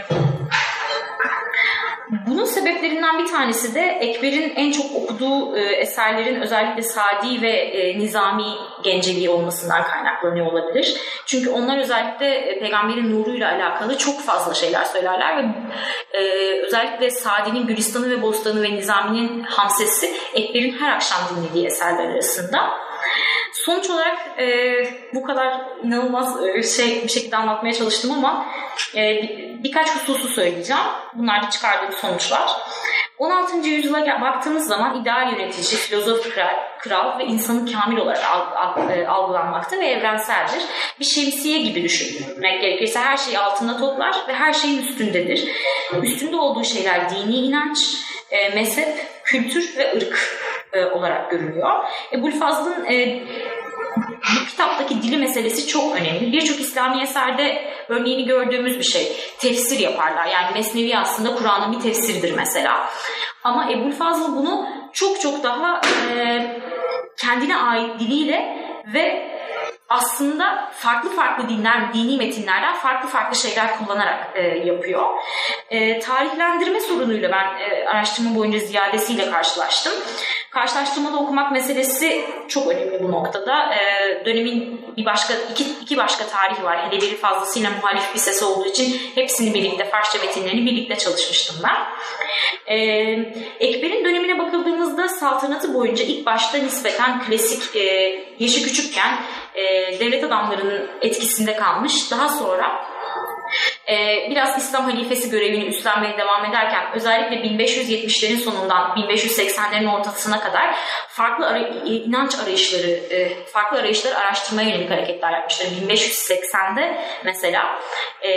Bunun sebeplerinden bir tanesi de Ekber'in en çok okuduğu e, eserlerin özellikle Sadi ve e, Nizami genceliği olmasından kaynaklanıyor olabilir. Çünkü onlar özellikle e, peygamberin nuruyla alakalı çok fazla şeyler söylerler ve e, özellikle Sadi'nin Gülistan'ı ve Bostan'ı ve Nizami'nin Hamsesi Ekber'in her akşam dinlediği eserler arasında. Sonuç olarak e, bu kadar inanılmaz e, şey bir şekilde anlatmaya çalıştım ama e, bir, birkaç hususu söyleyeceğim. Bunlar da çıkardığım sonuçlar. on altıncı yüzyıla baktığımız zaman ideal yönetici, filozof kral, kral ve insanın kamil olarak algılanmakta ve evrenseldir. Bir şemsiye gibi düşünmek gerekirse her şeyi altında toplar ve her şeyin üstündedir. Üstünde olduğu şeyler dini inanç, e, mezhep, kültür ve ırk e, olarak görülüyor. Ebu'l Fazl'ın e, bu kitaptaki dili meselesi çok önemli. Birçok İslami eserde örneğini gördüğümüz bir şey. Tefsir yaparlar. Yani Mesnevi aslında Kur'an'ın bir tefsiridir mesela. Ama Ebu'l Fazl bunu çok çok daha e, kendine ait diliyle ve aslında farklı farklı dinler, dini metinlerden farklı farklı şeyler kullanarak e, yapıyor. E, tarihlendirme sorunuyla ben e, araştırma boyunca ziyadesiyle karşılaştım. Karşılaştırmalı okumak meselesi çok önemli bu noktada. E, dönemin bir başka iki, iki başka tarihi var. Hele biri fazlasıyla muhalif bir ses olduğu için hepsini birlikte, Farsça metinlerini birlikte çalışmıştım ben. E, Ekber'in dönemine bakıldığımızda saltanatı boyunca ilk başta nispeten klasik, e, yaşı küçükken e, devlet adamlarının etkisinde kalmış. Daha sonra Ee, biraz İslam halifesi görevini üstlenmeye devam ederken özellikle bin beş yüz yetmişlerin sonundan bin beş yüz seksenlerin ortasına kadar farklı ara- inanç arayışları, e, farklı arayışları araştırmaya yönelik hareketler yapmışlar. bin beş yüz seksende mesela e,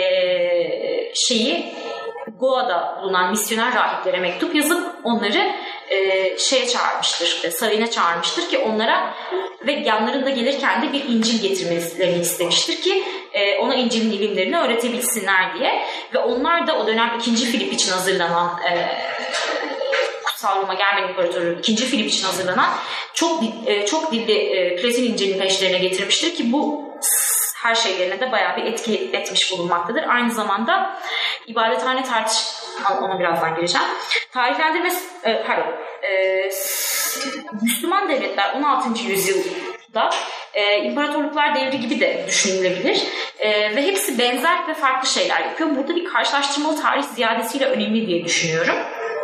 şeyi Goa'da bulunan misyoner rahiplere mektup yazıp onları e, şeye çağırmıştır, sarayına çağırmıştır ki onlara ve yanlarında gelirken de bir İncil getirmelerini istemiştir ki e, ona İncil'in ilimlerini öğretebilsinler diye. Ve onlar da o dönem ikinci. Filip için hazırlanan e, Kutsal Roma Germen İmparatoru ikinci. Filip için hazırlanan çok e, çok dilli e, Platin İncil'in peşlerine getirmiştir ki bu her şeylerine de bayağı bir etki etmiş bulunmaktadır. Aynı zamanda ibadethane tartış ona birazdan gireceğim. Tarihlendirme e, pardon e, Müslüman devletler on altıncı yüzyılda e, imparatorluklar devri gibi de düşünülebilir. E, ve hepsi benzer ve farklı şeyler yapıyor. Burada bir karşılaştırmalı tarih ziyadesiyle önemli diye düşünüyorum.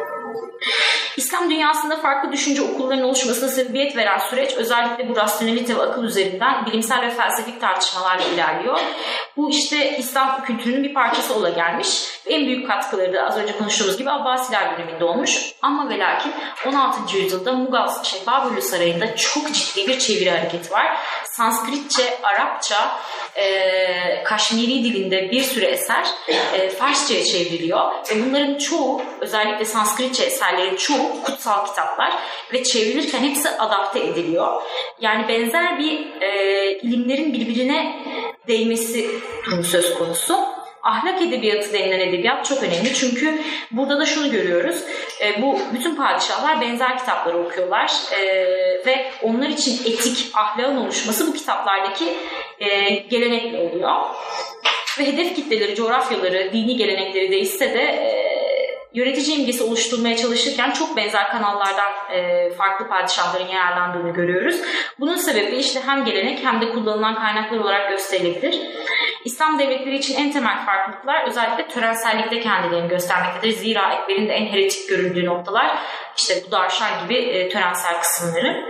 İslam dünyasında farklı düşünce okullarının oluşmasına sebebiyet veren süreç özellikle bu rasyonelite ve akıl üzerinden bilimsel ve felsefik tartışmalarla ilerliyor. Bu işte İslam kültürünün bir parçası ola gelmiş. En büyük katkıları da az önce konuştuğumuz gibi Abbasiler döneminde olmuş. Ama ve lakin on altıncı yüzyılda Mughal, şey, Babürlü Sarayı'nda çok ciddi bir çeviri hareketi var. Sanskritçe, Arapça, e, Kaşmiri dilinde bir sürü eser e, Farsça'ya çevriliyor. Ve bunların çoğu, özellikle Sanskritçe eserlerin çoğu kutsal kitaplar ve çevrilirken hepsi adapte ediliyor. Yani benzer bir e, ilimlerin birbirine değmesi durumu söz konusu. Ahlak edebiyatı denilen edebiyat çok önemli çünkü burada da şunu görüyoruz. E, bu bütün padişahlar benzer kitapları okuyorlar e, ve onlar için etik, ahlakın oluşması bu kitaplardaki e, gelenekle oluyor. Ve hedef kitleleri, coğrafyaları, dini gelenekleri değişse de e, yönetici imgesi oluşturmaya çalışırken çok benzer kanallardan e, farklı padişahların yararlandığını görüyoruz. Bunun sebebi işte hem gelenek hem de kullanılan kaynaklar olarak gösterilebilir. İslam devletleri için en temel farklılıklar özellikle törensellikte kendilerini göstermektedir. Zira Ekber'in de en heretik görüldüğü noktalar işte bu Darşan gibi e, törensel kısımları.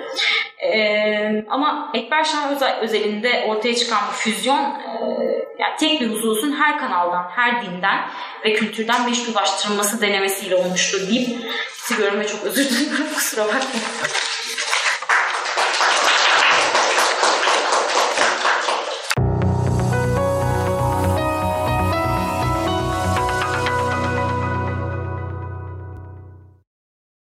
E, ama Ekber Şah özel, özelinde ortaya çıkan bu füzyon e, yani tek bir hususun her kanaldan, her dinden ve kültürden meşrulaştırılması denemesiyle olmuştur deyip sizi görme çok özür diliyorum, kusura bakmayın.